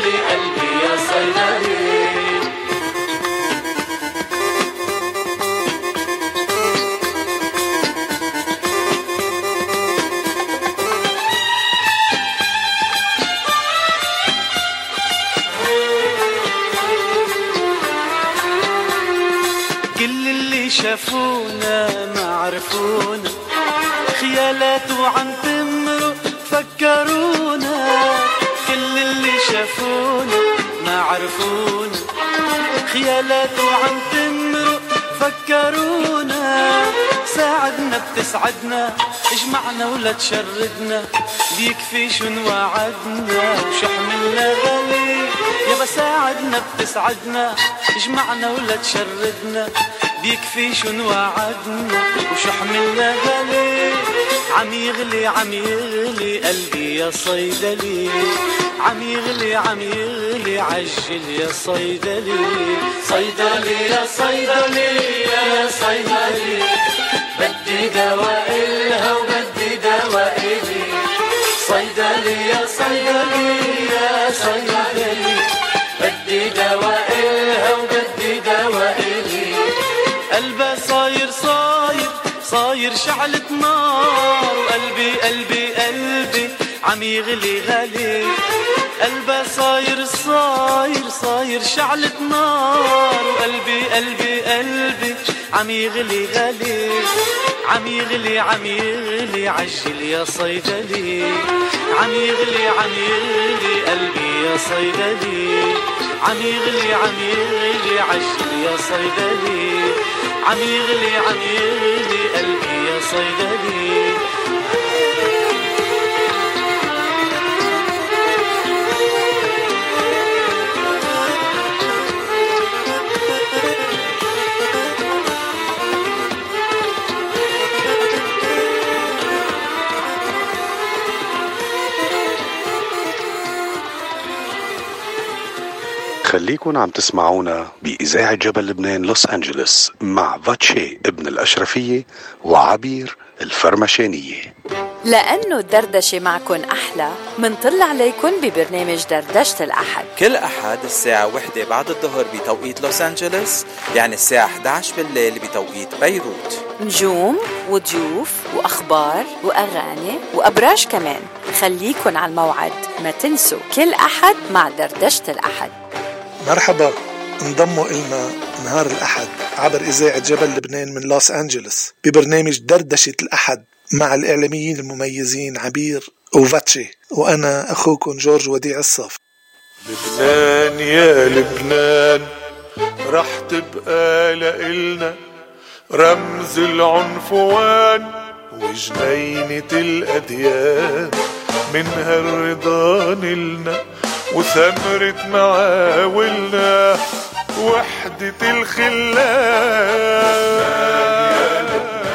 شافونا ما عرفونا، خيالات وعم تمرق فكرونا. كل اللي شافونا ما عرفونا، خيالات وعم تمرق فكرونا. ساعدنا بتسعدنا، اجمعنا ولا تشردنا، بيكفي شو نوعدنا وشو حملنا غالي. يابا ساعدنا بتسعدنا، اجمعنا ولا تشردنا، بيكفي شو نوعدنا وشو حملنا غالي. عم يغلي عم يغلي قلبي يا صيدلي، عم يغلي عم يغلي عجل يا صيدلي. صيدلي يا صيدلي يا صيدلي، بدي دواء إلها وبدي دواء إلي. صيدلي يا صيدلي يا صيدلي، بدي دواء إلها وبدي دواء إلي. قلبه صاير صاير صاير شعلة نار، وقلبي قلبي قلبي عم يغلي غالي. قلبه صاير صاير صاير شعلة نار، وقلبي قلبي قلبي عم يغلي غالي. عم يغلي عم يغلي عجل يا صيدلي، عم يغلي عم يغلي قلبي يا صيدلي. عم يغلي عم يغلي عجل يا صيدلي، عم يغلي عم يغلي قلبي يا صيدلي. خليكن عم تسمعونا بإذاعة جبل لبنان لوس أنجلوس مع فاتشي ابن الأشرفية وعبير الفرمشانية. لأنه الدردشة معكن أحلى، منطل عليكن ببرنامج دردشة الأحد كل أحد الساعة واحدة بعد الظهر بتوقيت لوس أنجلوس، يعني الساعة إحدى عشر بالليل بتوقيت بيروت. نجوم وضيوف وأخبار وأغاني وأبراج كمان. خليكن على الموعد، ما تنسوا كل أحد مع دردشة الأحد. مرحبا، انضموا إلنا نهار الأحد عبر إذاعة جبل لبنان من لوس أنجلوس ببرنامج دردشة الأحد مع الإعلاميين المميزين عبير وفاتشي، وأنا أخوكم جورج وديع الصف. لبنان يا لبنان رح تبقى لإلنا رمز العنفوان وجنينة الأديان، منها الرضا نلنا وثمرة معاولنا وحدة الخلان.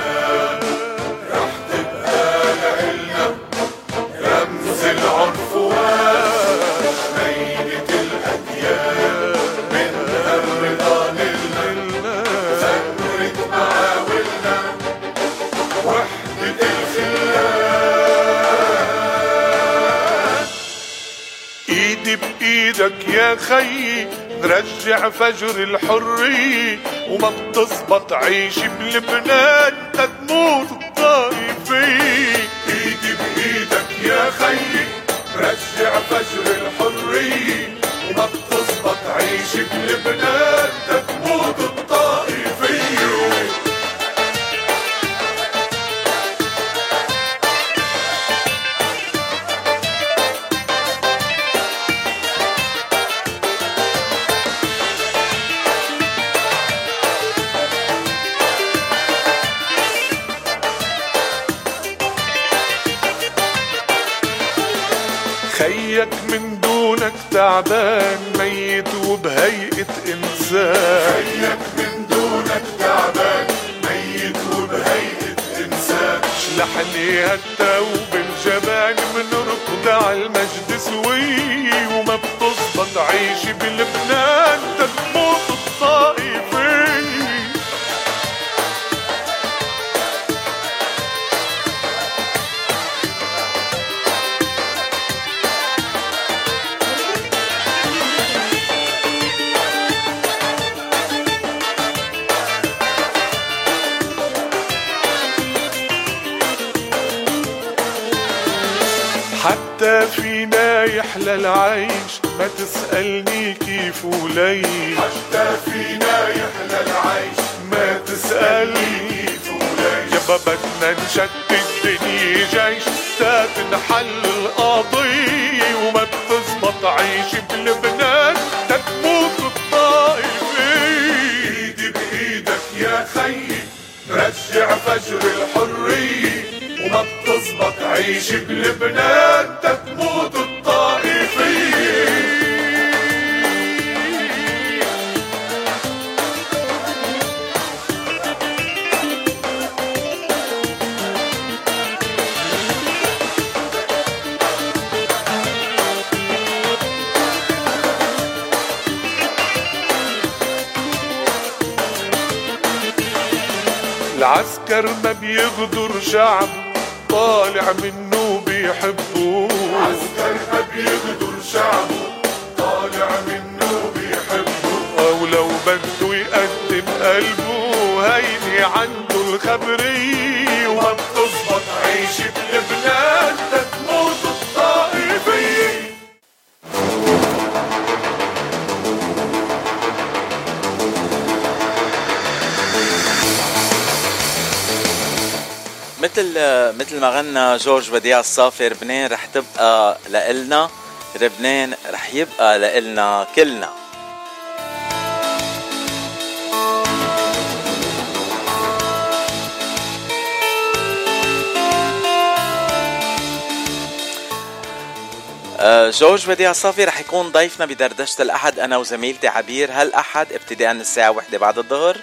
رح تبقى لإلنا رمز العنفوان جنينة الأديان، منها الرضا نلنا وثمرة معاولنا وحدة الخلان. ايدي بايدك يا خيي نرجع فجر الحرية، وما بتزبط عيش بلبنان تتموت الطائفية. ايدي بايدك يا خيي نرجع فجر الحرية، وما بتزبط عيش بلبنان تتموت الطائفية. خيك من دونك تعبان ميت وبهيئة إنسان، خيك من دونك تعبان ميت وبهيئة إنسان. شلحني هالتوب الجبان منركض عالمجد سوي، وما بتزبط عيش بلبنان تتموت الطائفية. حتى فينا يحلى العيش ما تسألني كيف وليش، حتى فينا يحلى العيش ما تسألني تسألني يابا بدنا نشتت الدنيا جيش تا تنحل القضية وما بتزبط عيش بلبنان تتموت الطائفية. ايدي بايدك يا خيي رجع فجر الحرية وما بتزبط عيش بلبنان تتموت الطائفية. العسكر ما بيغدر شعب طالع منه بيحبوه. عسكر ما بيغدر شعبه طالع منه بيحبوه. او لو بده يقدم قلبه هيني عنده الخبرية وما بتزبط عيش بلبنان تتموت الطائفية. مثل مثل ما غنى جورج بديع الصافي، لبنان رح تبقى لإلنا، لبنان رح يبقى لإلنا كلنا. جورج بديع الصافي رح يكون ضيفنا بدردشة الأحد أنا وزميلتي عبير هالأحد ابتداء من الساعة واحدة بعد الظهر.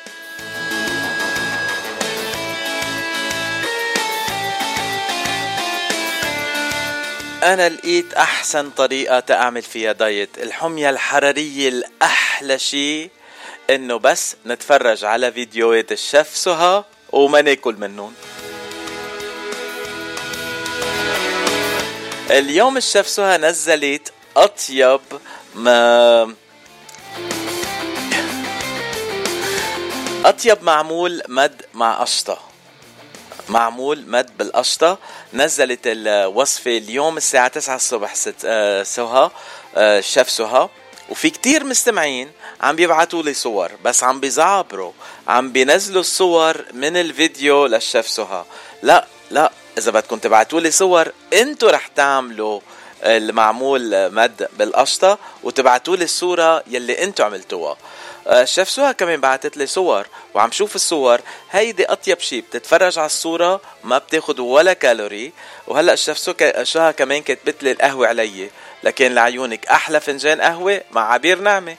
أنا لقيت أحسن طريقة تأعمل فيها دايت، الحمية الحرارية الأحلى شيء إنه بس نتفرج على فيديوهات الشيف سهى وما ناكل منهم. اليوم الشيف سهى نزلت أطيب ما أطيب معمول مد مع قشطة، معمول مد بالقشطة. نزلت الوصفة اليوم الساعة تسعة الصبح سهى الشيف سهى، وفي كتير مستمعين عم بيبعتوا لي صور بس عم بيزعبروا، عم بينزلوا الصور من الفيديو للشيف سهى. لا لا، إذا بدكم تبعتوا لي صور انتوا رح تعملوا المعمول مد بالقشطة وتبعتوا لي الصورة يلي انتوا عملتوها. الشيف سهى كمان بعتت لي صور وعم شوف الصور، هيدي أطيب شيء، بتتفرج على الصورة ما بتاخد ولا كالوري. وهلأ الشيف سهى كمان كتبت لي القهوة علي، لكن لعيونك أحلى فنجان قهوة مع عبير نعمة.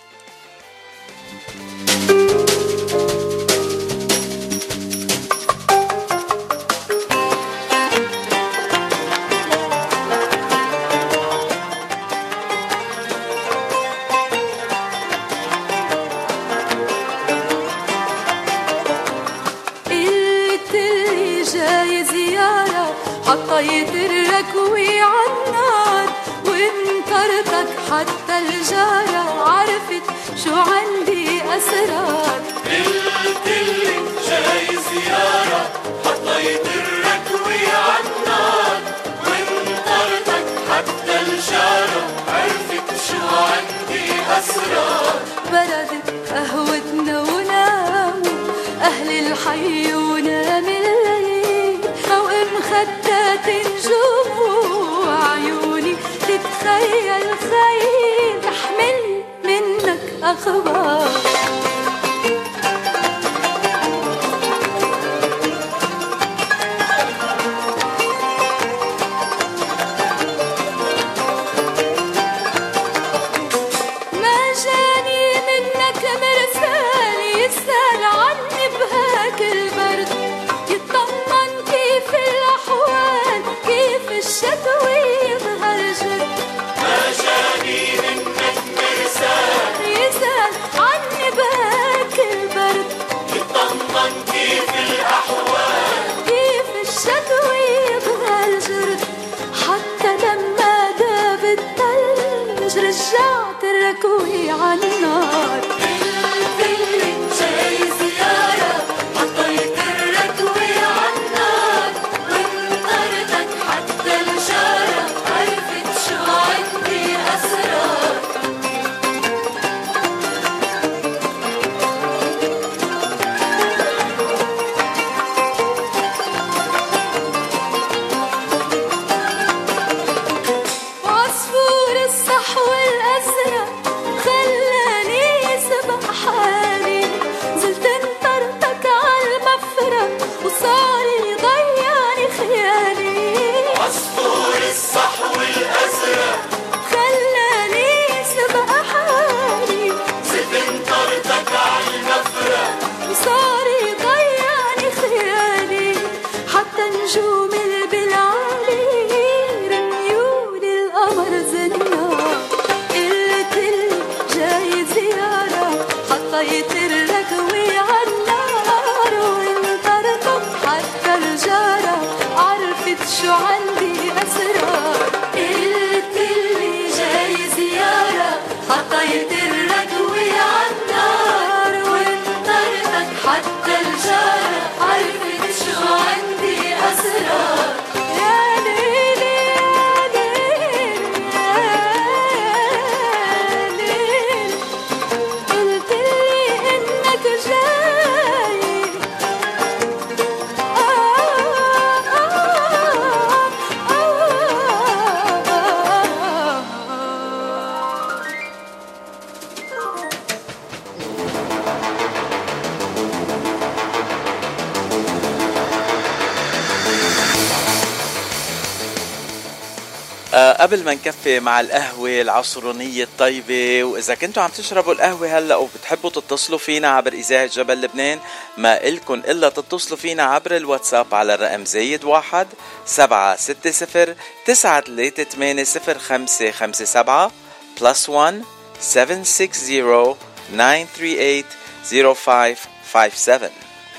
حطيت الركوي عالنار وانطرتك حتى الجارة عرفت شو عندي أسرار. قلتلي جاي زيارة حطيت الركوي عالنار وانطرتك حتى الجارة عرفت شو عندي أسرار. بردت قهوتنا وناموا أهل الحي ونام الليل ومخدات نجوم وعيوني تتخيل خيل تحمل منك أخبار. ما جاني منك مرسال يسأل عني بهاك البرد، يطمن كيف الأحوال كيف الشتوي يظهر جد. ما جاني منك مرسال يسأل عني بهاك البرد، يطمن كيف الأحوال كيف الشتوي يظهر جد. حتى لما داب التلج رجعت الركوي عالنار. قلتلي جاي زيارة حطيت الركوي عالنار وانطرتك حتى الجارة عرفت شو عندي أسرار. قبل ما نكفي مع القهوة العصرونية الطيبة، وإذا كنتوا عم تشربوا القهوة هلأ وبتحبوا تتصلوا فينا عبر إذاعة جبل لبنان، ما إلكن إلا تتصلوا فينا عبر الواتساب على الرقم زايد واحد سبعة ستة صفر تسعة ثلاثة ثمانية صفر خمسة خمسة سبعة plus one seven six zero nine three eight zero five five seven.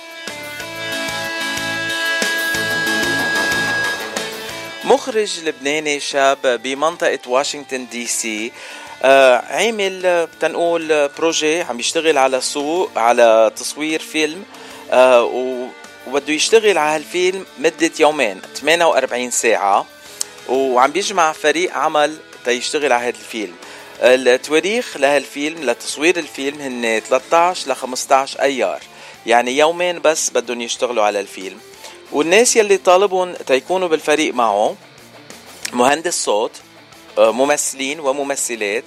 مخرج لبناني شاب بمنطقة واشنطن دي سي آه عامل تنقول بروجي، عم يشتغل على سوق على تصوير فيلم آه وبده يشتغل على هالفيلم مدة يومين ثمانية وأربعين ساعة، وعم بيجمع فريق عمل تيشتغل على هذا الفيلم. التواريخ لهالفيلم لتصوير الفيلم هن ثلاثة عشر لخمسة عشر أيار، يعني يومين بس بدهم يشتغلوا على الفيلم. والناس يلي طالبهم تيكونوا بالفريق معه مهندس صوت، ممثلين وممثلات،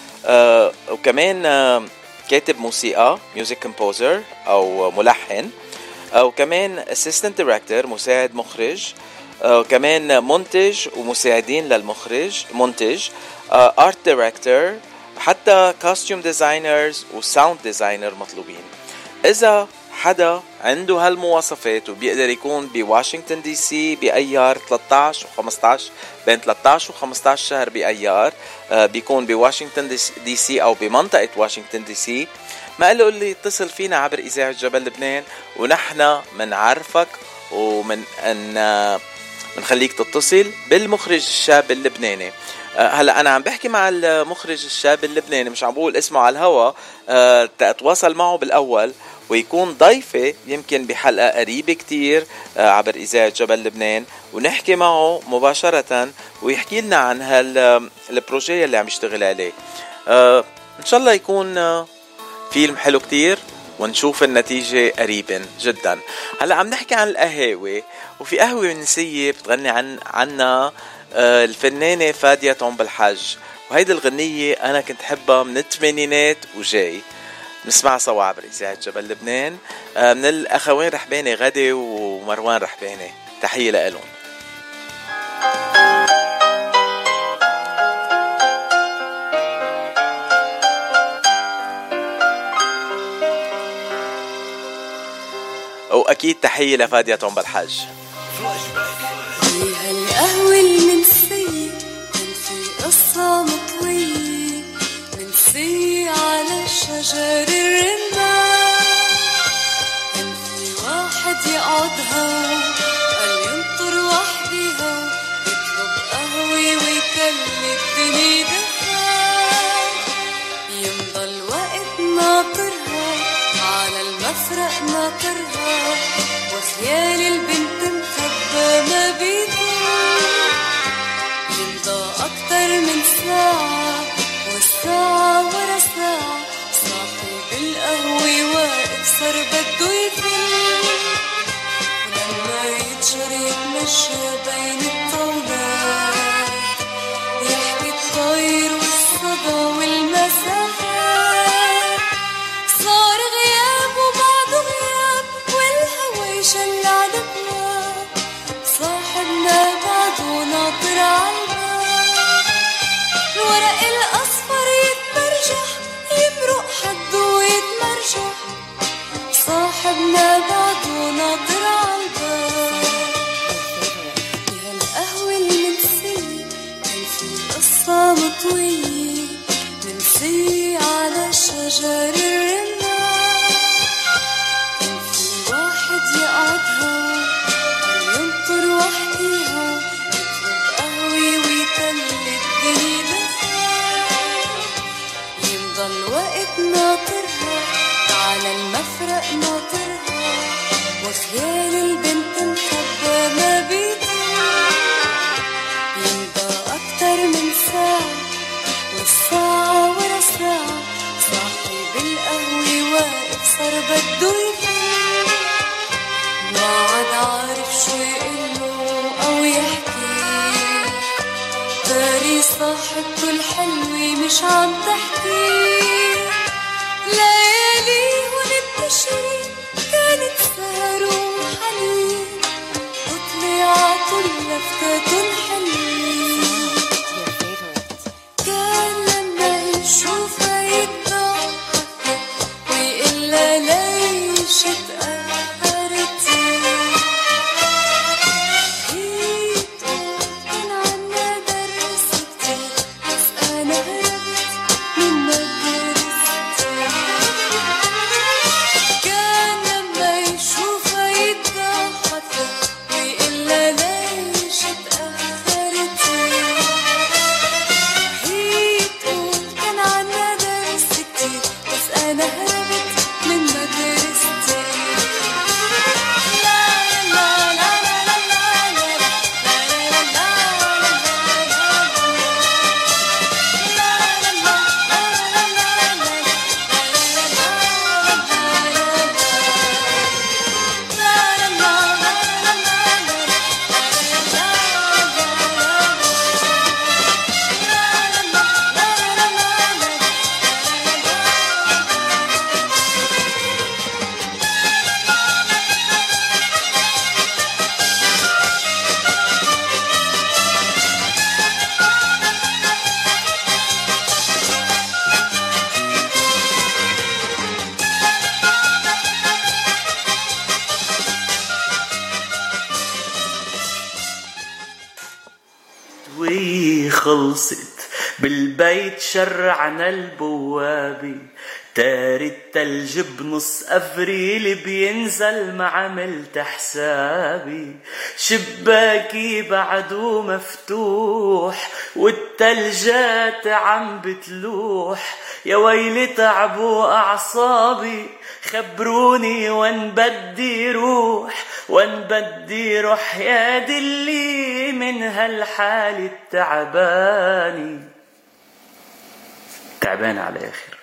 وكمان كاتب موسيقى ميوزك كومبوزر أو ملحن، وكمان اسيستنت دايركتور مساعد مخرج، وكمان منتج ومساعدين للمخرج منتج، ارت دايركتور، حتى كاستيوم ديزاينرز وساوند ديزاينر مطلوبين. إذا حدا عنده هالمواصفات وبيقدر يكون بواشنطن دي سي بأيار ثلاثة عشر وخمسة عشر، بين ثلاثة عشر وخمسة عشر شهر بأيار آه بيكون بواشنطن دي سي أو بمنطقة واشنطن دي سي، ما قاله اللي يتصل فينا عبر إذاعة جبل لبنان ونحن منعرفك ومن أن منخليك تتصل بالمخرج الشاب اللبناني. أه هلا انا عم بحكي مع المخرج الشاب اللبناني، مش عم بقول اسمه على الهوا، أه تتواصل معه بالاول ويكون ضيفي يمكن بحلقه قريبه كتير أه عبر اذاعه جبل لبنان، ونحكي معه مباشره ويحكي لنا عن هالبروجي اللي عم يشتغل عليه. أه ان شاء الله يكون أه فيلم حلو كتير ونشوف النتيجة قريبا جدا. هلا عم نحكي عن القهاوي، وفي قهوة نسية بتغني عن عنا آه الفنانة فادية طنب الحج، وهيدي الغنية أنا كنت حبها من الثمانينات وجاي. نسمع سوا عبر إذاعة جبل لبنان آه من الأخوين رحباني غدي ومروان رحباني. تحية لألون. وأكيد تحية لفادية طنب الحج. بهالقهوة المنسية كان في قصة مطوية منسية على شجر الرمان، كان في واحد يقعدها قال ينطر وحدها يطلب قهوة ويكلي الدنيا دخان، يمضل وقت ناطرها على المفرق ناطرها وخيال البنت مخبى ما بيطول، يمضى أكتر من ساعة والساعة ورا ساعة صاحب القهوة واقف صار بده يفل، ولما يتشر يتمشى بين الطاولات يحكي الطير والصدى والمساحات، صار غياب وبعده غياب والهوى يشل على بلاد، صاحبنا بعده ناطر عالباب، الورق الأصفر يتمرجح يمرق حده ويتمرجح، صاحبنا بعده ناطر عالباب. بهالقهوة المنسية كان في قصة مطوية منسية على شجر الرمان، كان في واحد يقعدها ينطر وحديها يطلب قهوة ويكلي الدنيا دخان، يمضل وقت ناطرها على المفرق ناطرها وخيال البنت مخبى ما بيطول، يمضى أكتر من ساعة والساعة ورا ساعة صاحب القهوة واقف صار بده يفل، ما عاد عارف شو يقله أو يحكي، داري صاحبته الحلوة مش عم تحكي، ليالي هون التشرين كانت سهر وحنين وطلعت اللفتة الحلوة. خلصت بالبيت شرعنا البوابي تار التلج بنص أفريل بينزل ما عملت حسابي شباكي بعده مفتوح والتلجات عم بتلوح يا ويلي تعبوا أعصابي خبروني وين بدي روح وين بدي روح يا دلي من هالحال التعباني تعبان على الآخر.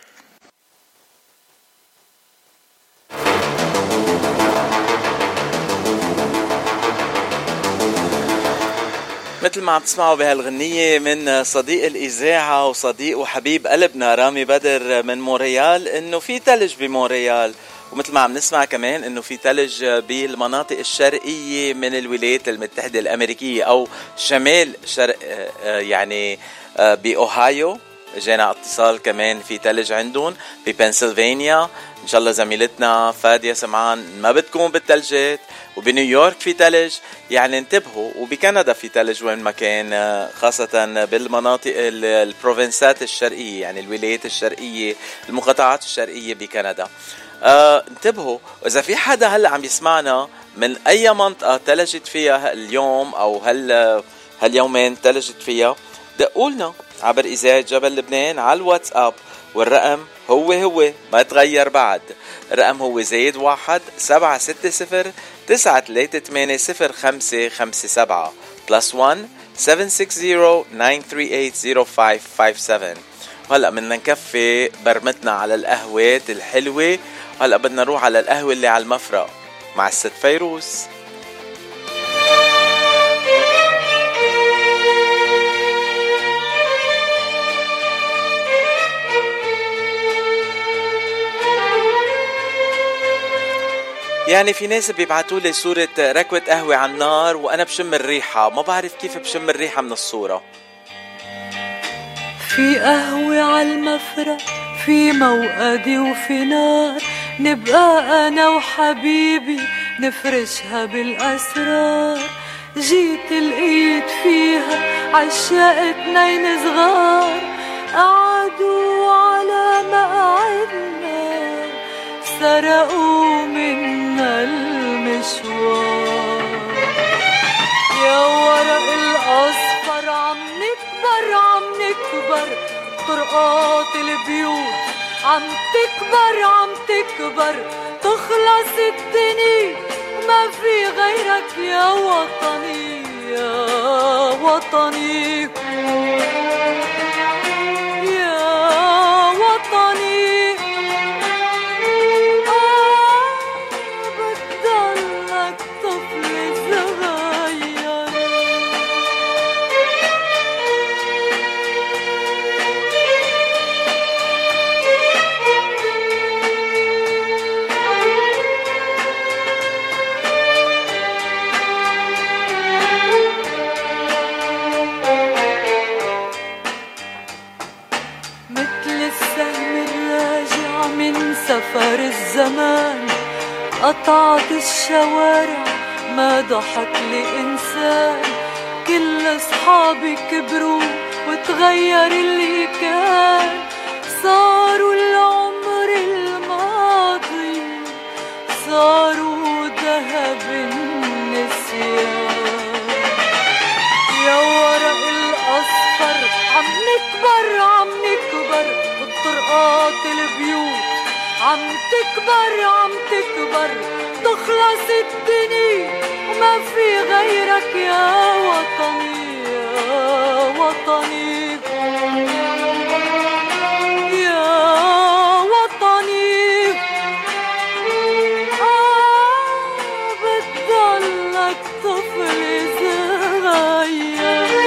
مثل ما عم تسمعوا بهالغنية من صديق الإذاعة وصديق وحبيب قلبنا رامي بدر من مونريال إنه في ثلج بمونريال، ومثل ما عم نسمع كمان إنه في ثلج بالمناطق الشرقية من الولايات المتحدة الأمريكية أو شمال شرق يعني بأوهايو. جينا اتصال كمان في ثلج عندهم ببنسلفانيا. إن شاء الله زميلتنا فادية سمعان ما بتكون بالثلجات. وبنيويورك في ثلج، يعني انتبهوا. وبكندا في ثلج وين ما كان، خاصة بالمناطق البروفنسات الشرقية، يعني الولايات الشرقية المقاطعات الشرقية بكندا. اه انتبهوا إذا في حدا هلا عم يسمعنا من أي منطقة ثلجت فيها اليوم أو هل هاليومين ثلجت فيها، دقولنا عبر إذاعة جبل لبنان على الواتساب، والرقم هو هو ما تغير بعد. الرقم هو زايد واحد سبعة ستة صفر تسعة ثلاثة ثمانية صفر خمسة خمسة سبعة بلس وان سبعة ستة صفر تسعة ثلاثة ثمانية صفر خمسة خمسة سبعة. وهلأ بدنا نكفي برمتنا على القهوات الحلوة. هلأ بدنا نروح على القهوة اللي على المفرق مع الست فيروز. يعني في ناس بيبعتوا لي صورة ركوة قهوة على النار وأنا بشم الريحة، ما بعرف كيف بشم الريحة من الصورة. في قهوة على المفرق، في موقدي وفي نار، نبقى أنا وحبيبي نفرشها بالأسرار. جيت لقيت فيها عشاق اتنين صغار، قعدوا على مقعدنا سرقوا منا المشوار. يا ورق الأصفر عم نكبر عم نكبر، طرقات البيوت عم تكبر عم تكبر، تخلص الدنيا ما في غيرك يا وطني يا وطني يا وطني. سفر الزمان قطعت الشوارع ما ضحك لي إنسان، كل أصحابي كبروا وتغير اللي كان، صاروا العمر الماضي صاروا ذهب النسيان. يا ورق الأصفر عم نكبر عم نكبر، والطرقات البيوت عم تكبر عم تكبر، تخلص الدنيا وما في غيرك يا وطني يا وطني يا وطني. آه بتضلك طفل صغير.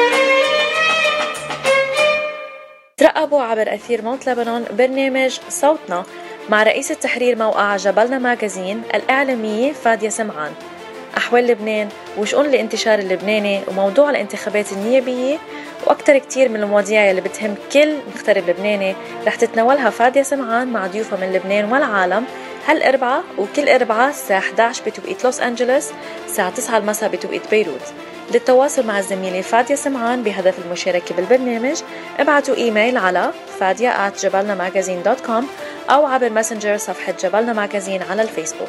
ترقبوا عبر أثير موت لبنان برنامج صوتنا مع رئيسة تحرير موقع جبلنا ماجازين الإعلامية فادية سمعان. أحوال لبنان وشؤون الانتشار اللبناني وموضوع الانتخابات النيابية وأكتر كتير من المواضيع اللي بتهم كل مغترب لبناني رح تتناولها فادية سمعان مع ضيوفها من لبنان والعالم هالأربعة وكل أربعة الساعة إحدى عشر بتوقيت لوس أنجلوس، الساعة تسعة المساء بتوقيت بيروت. للتواصل مع الزميلة فادية سمعان بهدف المشاركة بالبرنامج ابعتوا إيميل على فادية آت جبلنا ماجازين دوت كوم أو عبر ماسنجر صفحة جبلنا ماجازين على الفيسبوك.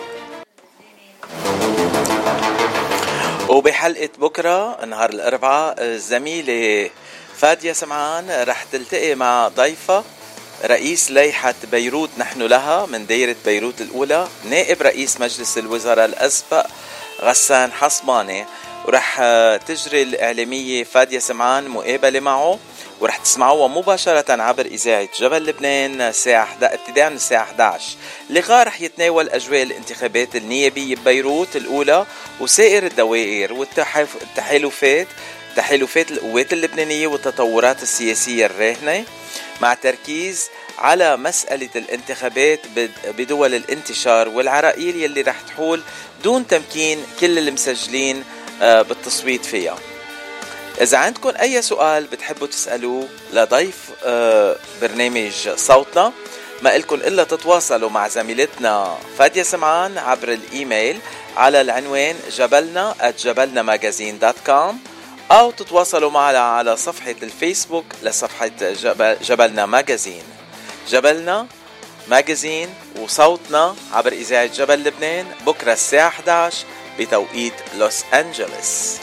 وبحلقة بكرة نهار الأربعاء الزميلة فادية سمعان رح تلتقي مع ضيفة رئيس لائحة بيروت نحن لها من دايرة بيروت الأولى، نائب رئيس مجلس الوزراء الأسبق غسان حصماني، ورح تجري الإعلامية فادية سمعان مقابلة معه ورح تسمعوها مباشرة عبر إذاعة جبل لبنان الساعة ابتداء من الساعة إحدى عشر. اللقاء رح يتناول أجواء الانتخابات النيابية ببيروت الأولى وسائر الدوائر والتحالفات تحالفات القوات اللبنانية والتطورات السياسية الراهنة، مع تركيز على مسألة الانتخابات بدول الانتشار والعرائيل يلي رح تحول دون تمكين كل المسجلين بالتصويت فيها. إذا عندكم أي سؤال بتحبوا تسألوه لضيف برنامج صوتنا، ما إلكن إلا تتواصلوا مع زميلتنا فادية سمعان عبر الإيميل على العنوان جبلنا آت جبلنا ماجازين دوت كوم، أو تتواصلوا معنا على صفحة الفيسبوك لصفحة جبل جبلنا ماجازين. جبلنا ماجازين وصوتنا عبر إذاعة جبل لبنان بكرة الساعة إحدى عشر بتوقيت لوس أنجلوس.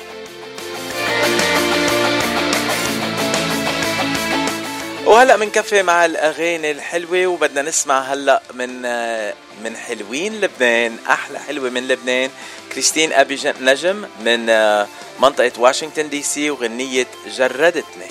وهلأ منكفي مع الأغاني الحلوة، وبدنا نسمع هلأ من من حلوين لبنان، أحلى حلوة من لبنان، كريستين أبي نجم من منطقة واشنطن دي سي وغنية جردتني.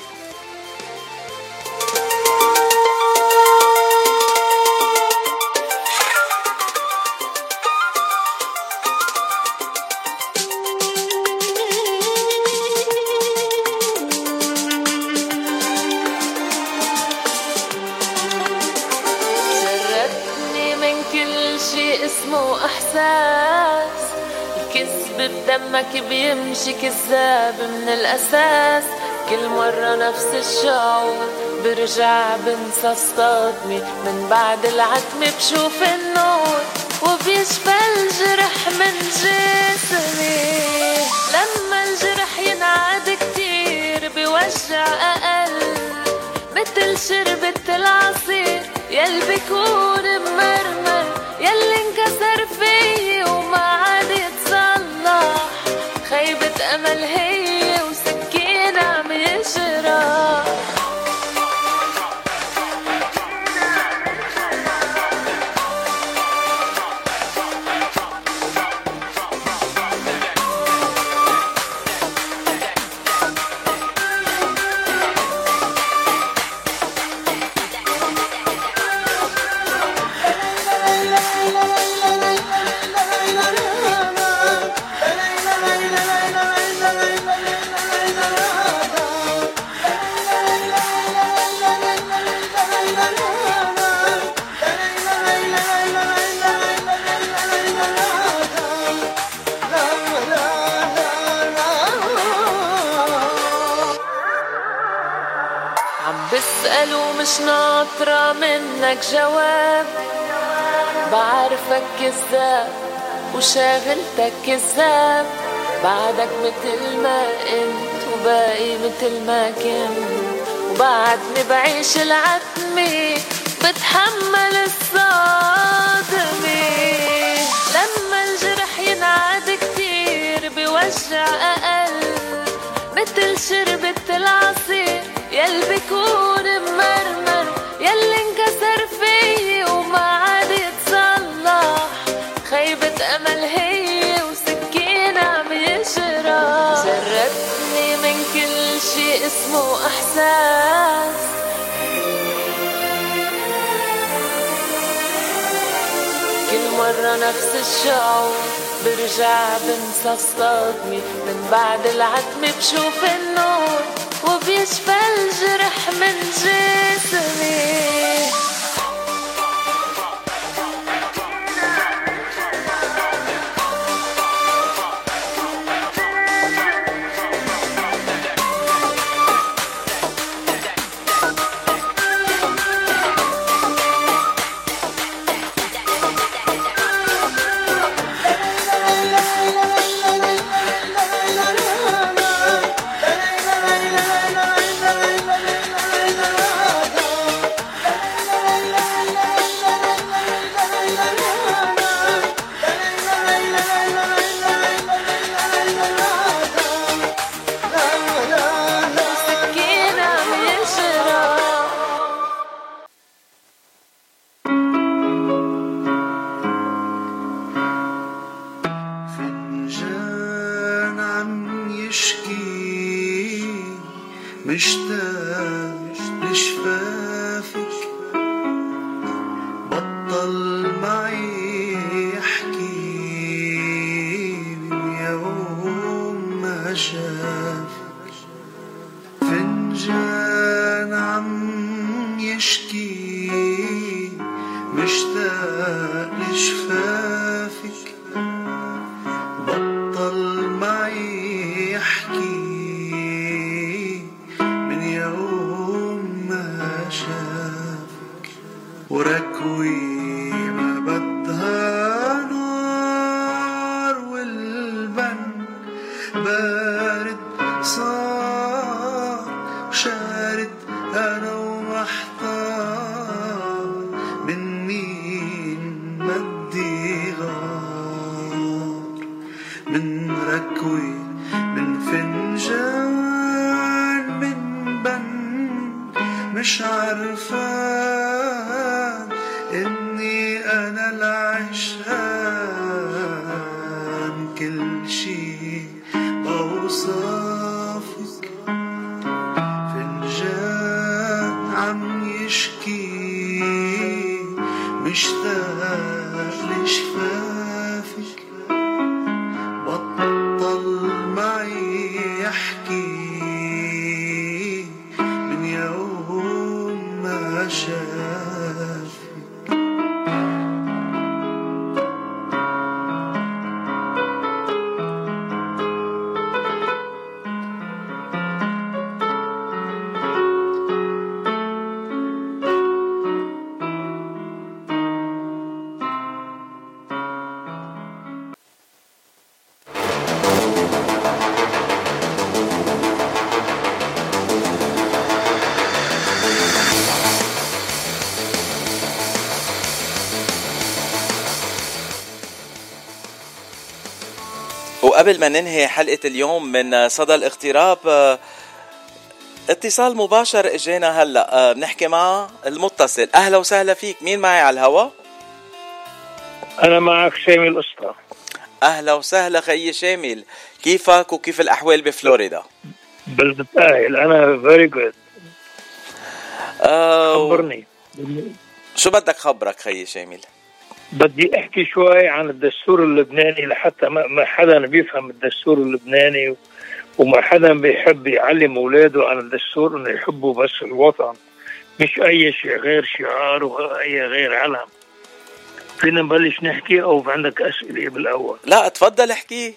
اسمه احساس، الكذب بدمك بيمشي كذاب من الاساس، كل مرة نفس الشعور برجع بنسى الصدمة، من بعد العتمة بشوف النور وبيشفى الجرح من جسمي، لما الجرح ينعاد كتير بيوجع اقل، مثل شربة العصير يلي بيكون ممرمر، يلي انكسر فيي وما عاد يتصلح، خيبة امل هي وسكين عم يجرح. مش ناطرة منك جواب، بعرفك كذاب وشاغلتك كذاب، بعدك متل ما انت وباقي متل ما كنت، وبعدني بعيش العتمة بتحمل الصدمة، لما الجرح ينعاد كتير بيوجع اقل، متل شربة العصير يلي بيكون ممرمر، يلي انكسر فيي وما عاد يتصلح، خيبة امل هي وسكين عم يجرح، جردني من كل شي اسمه احساس، كل مرة نفس الشعور برجع بنسى الصدمة، من بعد العتمة بشوف النور وبيشفى الجرح من جسمي. مشتاق لشفافك بطل معي يحكي من يوم ما شافك فنجان عم يشكي مشتاق لشفافك بطل معي يحكي من يوم ما شافك وركوي ما بدها نار والبن بارد صار شارد أنا ومحتار من مين بدي غار من ركوي من فنجان من بن مش عارفان إني أنا العشقان كل شي بوصافك فنجان عم يشكي مشتاق لشفافك بطل معي يحكي من يوم ما شافك وقبل ما ننهي حلقة اليوم من صدى الاغتراب اتصال مباشر اجينا هلأ بنحكي مع المتصل. أهلا وسهلا فيك، مين معي على الهوا؟ أنا معك شامل أسطى. أهلا وسهلا خيي شامل، كيفك وكيف الأحوال بفلوريدا؟ بلدة أهل أنا very good. أه خبرني شو بدك خبرك خيي شامل؟ بدي أحكي شوي عن الدستور اللبناني لحتى ما حدا بيفهم الدستور اللبناني وما حدا بيحب يعلم أولاده عن الدستور إنه يحبوا بس الوطن مش أي شيء غير شعار وأي غير علم. فينا نبلش نحكي أو عندك أسئلة بالأول؟ لا تفضل احكي،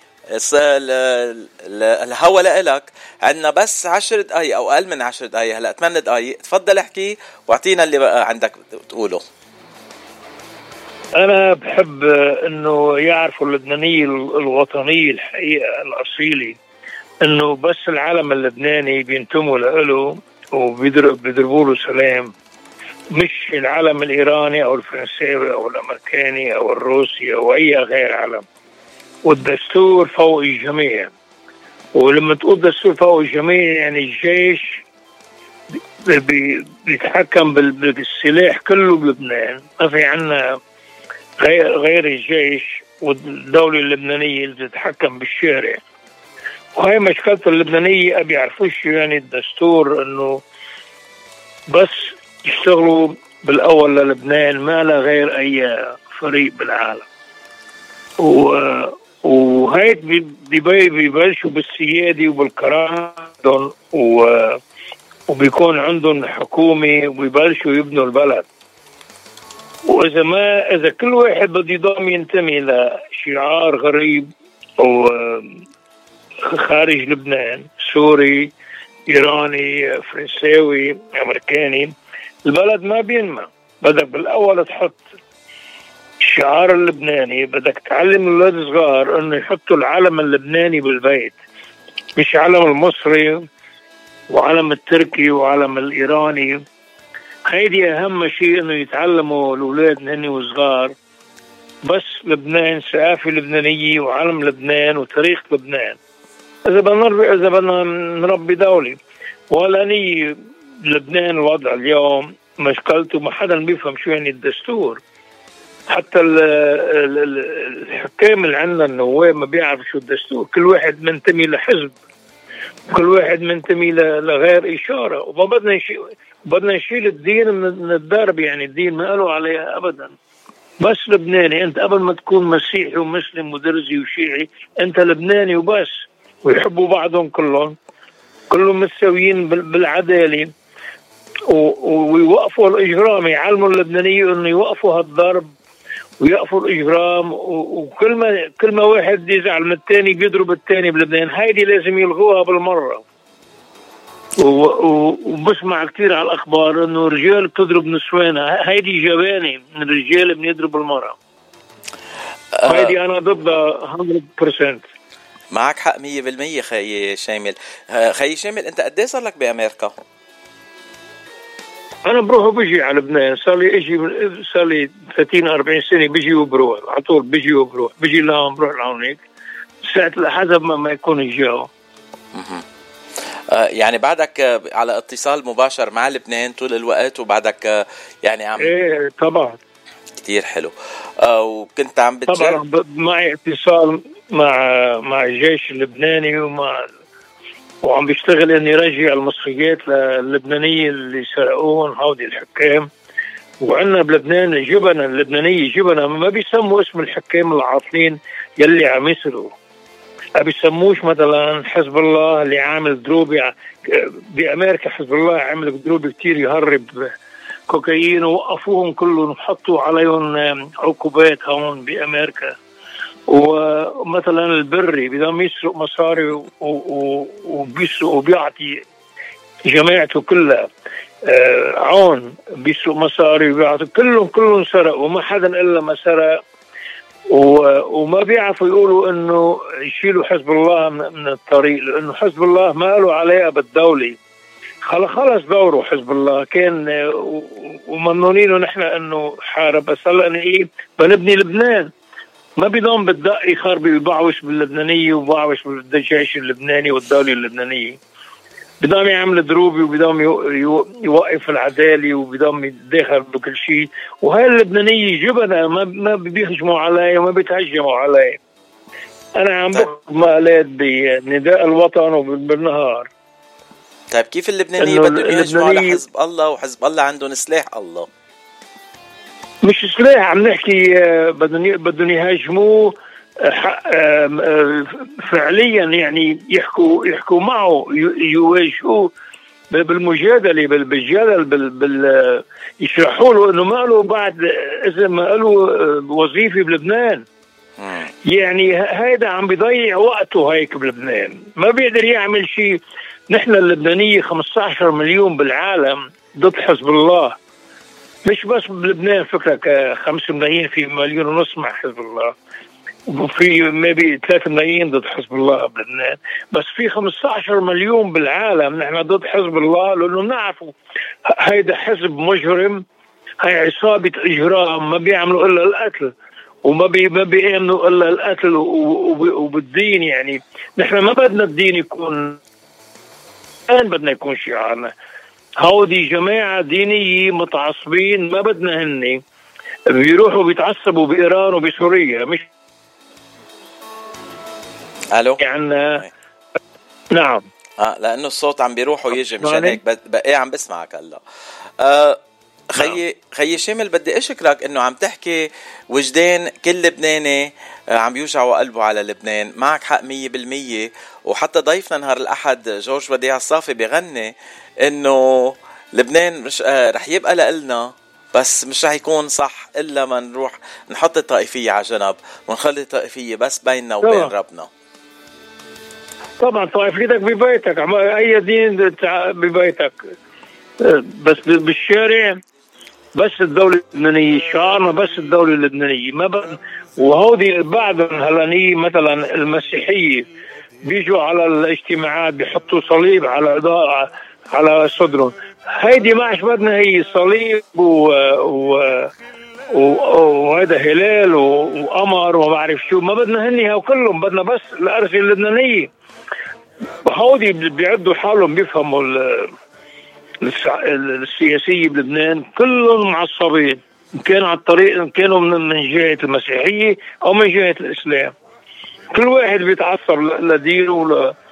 الهوا لإلك، عندنا بس عشر دقايق أو أقل من عشر دقايق هلأ ثمان دقايق، تفضل احكي واعطينا اللي بقى عندك تقوله. أنا بحب إنه يعرفوا اللبنانية الوطنية الحقيقة الأصيلة إنه بس العالم اللبناني بينتموا له وبيضربوا له سلام، مش العالم الإيراني أو الفرنساوي أو الأمريكاني أو الروسي أو أي غير علم. والدستور فوق الجميع، ولما تقول دستور فوق الجميع يعني الجيش بيتحكم بالسلاح كله بلبنان، ما في عنا غير غير الجيش والدولة اللبنانية اللي تتحكم بالشارع. وهي مشكلة اللبنانية أبي يعرفوش يعني الدستور إنه بس يشتغلوا بالأول للبنان ما لا غير أي فريق بالعالم. و وهيك بيبلشوا بالسيادة وبالكرامة وبيكون عندهم حكومة وبيبلشوا يبنوا البلد. وإذا ما إذا كل واحد بده يضم ينتمي لشعار غريب أو خارج لبنان، سوري، إيراني، فرنساوي، أمريكاني، البلد ما بينمى. بدك بالأول تحط الشعار اللبناني، بدك تعلم الأولاد الصغار إنه يحطوا العلم اللبناني بالبيت، مش علم المصري وعلم التركي وعلم الإيراني. هيدي أهم شيء إنه يتعلموا الأولاد هني وصغار بس لبنان، ثقافة لبنانية وعلم لبنان وتاريخ لبنان. إذا بدنا إذا بدنا نربي دولة ولاني لبنان الوضع اليوم مشكلته ما حدا بيفهم شو يعني الدستور. حتى الحكام اللي عندنا النواب ما بيعرف شو الدستور، كل واحد منتمي لحزب كل واحد منتمي ل- لغير إشارة، وما بدنا نشيل بدنا نشيل الدين من من الدرب. يعني الدين ما قالوا عليها أبدا. بس لبناني أنت، قبل ما تكون مسيحي ومسلم ودرزي وشيعي، أنت لبناني وبس. ويحبوا بعضهم كلهم، كلهم متساويين بال- بالعدالة، و- ويوقفوا الإجرام. يعلموا اللبنانيين إنه يوقفوا هالضرب ويقفوا الإجرام، و- وكل ما كل ما واحد يزعل من الثاني بيضرب الثاني بلبنان. هيدي لازم يلغوها بالمرة. و- و- وبسمع كثير على الأخبار إنه رجال بتضرب نسوانها. هيدي جبانة من الرجال بيضرب المرأة. هيدي أنا ضدها مية بالمية. معك حق مية بالمية خي شامل. آه، خي شامل، انت قديه صار لك بامريكا؟ أنا بروح وبجي على لبنان. صار لي إجي صار لي ثلاثين أربعين سنة، بجي وبروح على طول. بجي وبروح، بجي لهون بروح لهونيك، ساعة حسب ما ما يكون الجو. آه، يعني بعدك آه، على اتصال مباشر مع لبنان طول الوقت، وبعدك آه، يعني عم إيه طبعا كتير حلو. آه، وكنت عم طبعا بتجرب ب- معي اتصال مع مع الجيش اللبناني، ومع وعم بيشتغل اني رجع المصريات للبنانية اللي سرقوهم هودي الحكام. وعندنا بلبنان جبنة اللبنانية، جبنة ما بيسموا اسم الحكام العاطلين يلي عم يسرقوا. ما بيسموش مثلا حزب الله اللي عامل دروب. بأمريكا حزب الله عمل دروب كتير يهرب كوكايين، ووقفوهم كلهم وحطوا عليهم عقوبات هون بأمريكا. ومثلا البري بدهم يسرق مصاري و- و- وبيسرق وبيعطي جماعته كلها آه، عون، بيسرق مصاري وبيعطي. كلهم كلهم سرقوا، وما حدا إلا ما سرق. و- وما بيعرفوا يقولوا انه يشيلوا حزب الله من من الطريق، لانه حزب الله ما له علاقه بالدوله. خلص خلص دوره حزب الله كان، آه، و- وممنونين نحن انه حارب. بس هلا ايه بنبني لبنان. ما بدهم بالدق يخربوا يبعوش باللبنانيه وبعوش بالجيش اللبناني والدوله اللبنانيه. بدهم يعمل دروبي، وبدهم يو- يو- يوقف العداله، وبدهم يتدخل بكل شيء. وهاي اللبنانيه جبنه ما ما بيهجموا علي وما بيتهجموا علي. انا عم بكتب مقالات بنداء الوطن وبالنهار. طيب كيف اللبنانية إنه بدهم يهجموا على اللبنانية- حزب الله، وحزب الله عندهم سلاح الله؟ مش سلاح، عم نحكي آه، بدهم ي- بدهم يهاجموه آه، ح- آه، آه، فعليا. يعني يحكوا يحكوا معه، ي- يواجهوه ب- بالمجادله، بال- بالجدل، بال بال يشرحوا له انه ما له بعد اذا ما له آه، وظيفه بلبنان. يعني ه- هيدا عم بيضيع وقته هيك بلبنان، ما بيقدر يعمل شيء. نحن اللبنانيه خمسة عشر مليون بالعالم ضد حزب الله. مش بس بلبنان، فكرك خمسة ملايين، في مليون ونص مع حزب الله، وفي ميبي ثلاثة ملايين ضد حزب الله بلبنان. بس في خمسة عشر مليون بالعالم نحن ضد حزب الله، لأنه نعرفوا هيدا حزب مجرم، هاي عصابة إجرام ما بيعملوا إلا القتل، وما بي ما بيعملوا إلا القتل وبالدين. يعني نحن ما بدنا الدين يكون، الآن بدنا يكون شعارنا. هودي جماعة دينية متعصبين، ما بدنا هني بيروحوا بيتعصبوا بإيران وبسوريا. مش الو يعني نعم اه لانه الصوت عم بيروح ويجي، مشان يعني؟ هيك بقى عم بسمعك هلا. آه خيي خيي شامل، بدي اشكرك انه عم تحكي وجدان كل لبناني آه عم يوجعوا قلبه على لبنان. معك حق مية بالمية. وحتى ضيفنا نهار الاحد جورج وديع الصافي بيغني انه لبنان مش آه رح يبقى لنا، بس مش رح يكون صح الا ما نروح نحط الطائفية على جنب ونخلي الطائفية بس بيننا وبين طبعا. ربنا. طبعا طائفتك ببيتك، عم- أي دين تع- ببيتك، بس بالشارع بس الدولة اللبنانية. شعارنا بس الدولة اللبنانية. ما ب... وهودي بعضهم هلانية مثلا المسيحية بيجوا على الاجتماعات بيحطوا صليب على إضاءة على صدرهم. هيدي ما عش بدنا، هي صليب و... و... و... وهذا هلال و... وقمر وما بعرف شو. ما بدنا هني وكلهم، بدنا بس الأرض اللبنانية. هودي بيعدوا حالهم بيفهموا ال... السع- السياسية بلبنان كلهم معصبين، إن كانوا على الطريق، إن كانوا من من جهة المسيحية أو من جهة الإسلام. كل واحد بيتعصب ل- لدينه ول-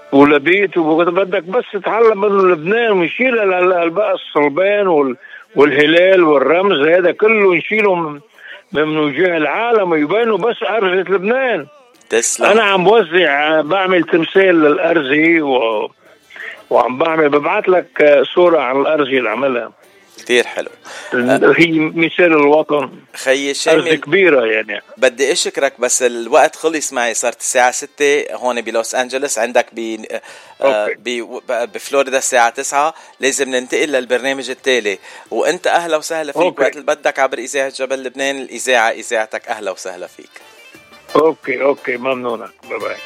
ولبيت وبدك بس تتعلم انه لبنان ونشيل بقى الصلبان وال والهلال والرمز هذا كله نشيله من, من وجه العالم ويبانوا بس أرزة لبنان. تسلم. أنا عم بوزع بعمل تمثال للأرزة و... وعم بعمل ببعث لك صورة عن الأرزة اللي عملها كتير حلو. هي مثال الوطن خيي شامل أرزة كبيرة يعني. بدي أشكرك بس الوقت خلص معي، صارت الساعة ستة هون بلوس أنجلوس، عندك ب بفلوريدا الساعة تسعة، لازم ننتقل للبرنامج التالي. وأنت أهلا وسهلا فيك أوكي. وقت اللي بدك عبر إذاعة جبل لبنان، الإذاعة إذاعتك، أهلا وسهلا فيك. أوكي أوكي ممنونك، باي باي.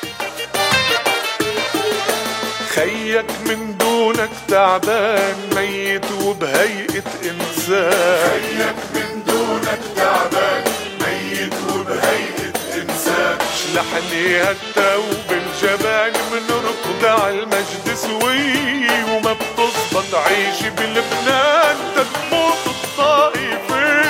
خيك من دونك تعبان ميت وبهيئة إنسان، خيك من دونك تعبان ميت وبهيئة إنسان، شلحني هالتوب الجبان من ركض عالمجد سوي، وما بتزبط عيشي بلبنان تتموت الطائفي.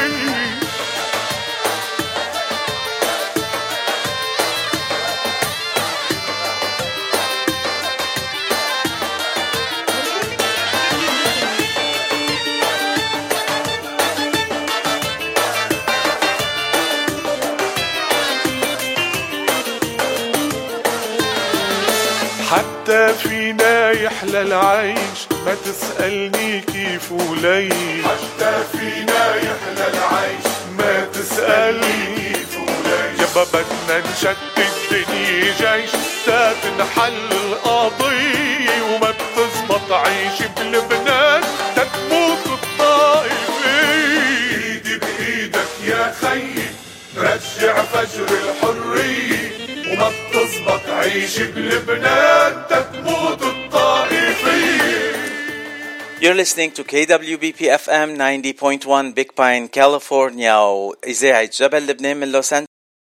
حتى فينا يحلى العيش ما تسألني كيف وليش، حتى فينا يحلى العيش ما تسألني كيف وليش، يابا بدنا نشتت الدنيا جيش تتنحل القضية، وما بتزبط عيش بلبنان تتموت الطائفية. ايدي بايدك يا خيي رجع فجر الحرية، وما بتزبط عيش بلبنان تتموت الطائفية. You're listening to K W B P F M ninety point one Big Pine, California, وإذاعة جبل لبنان من لوس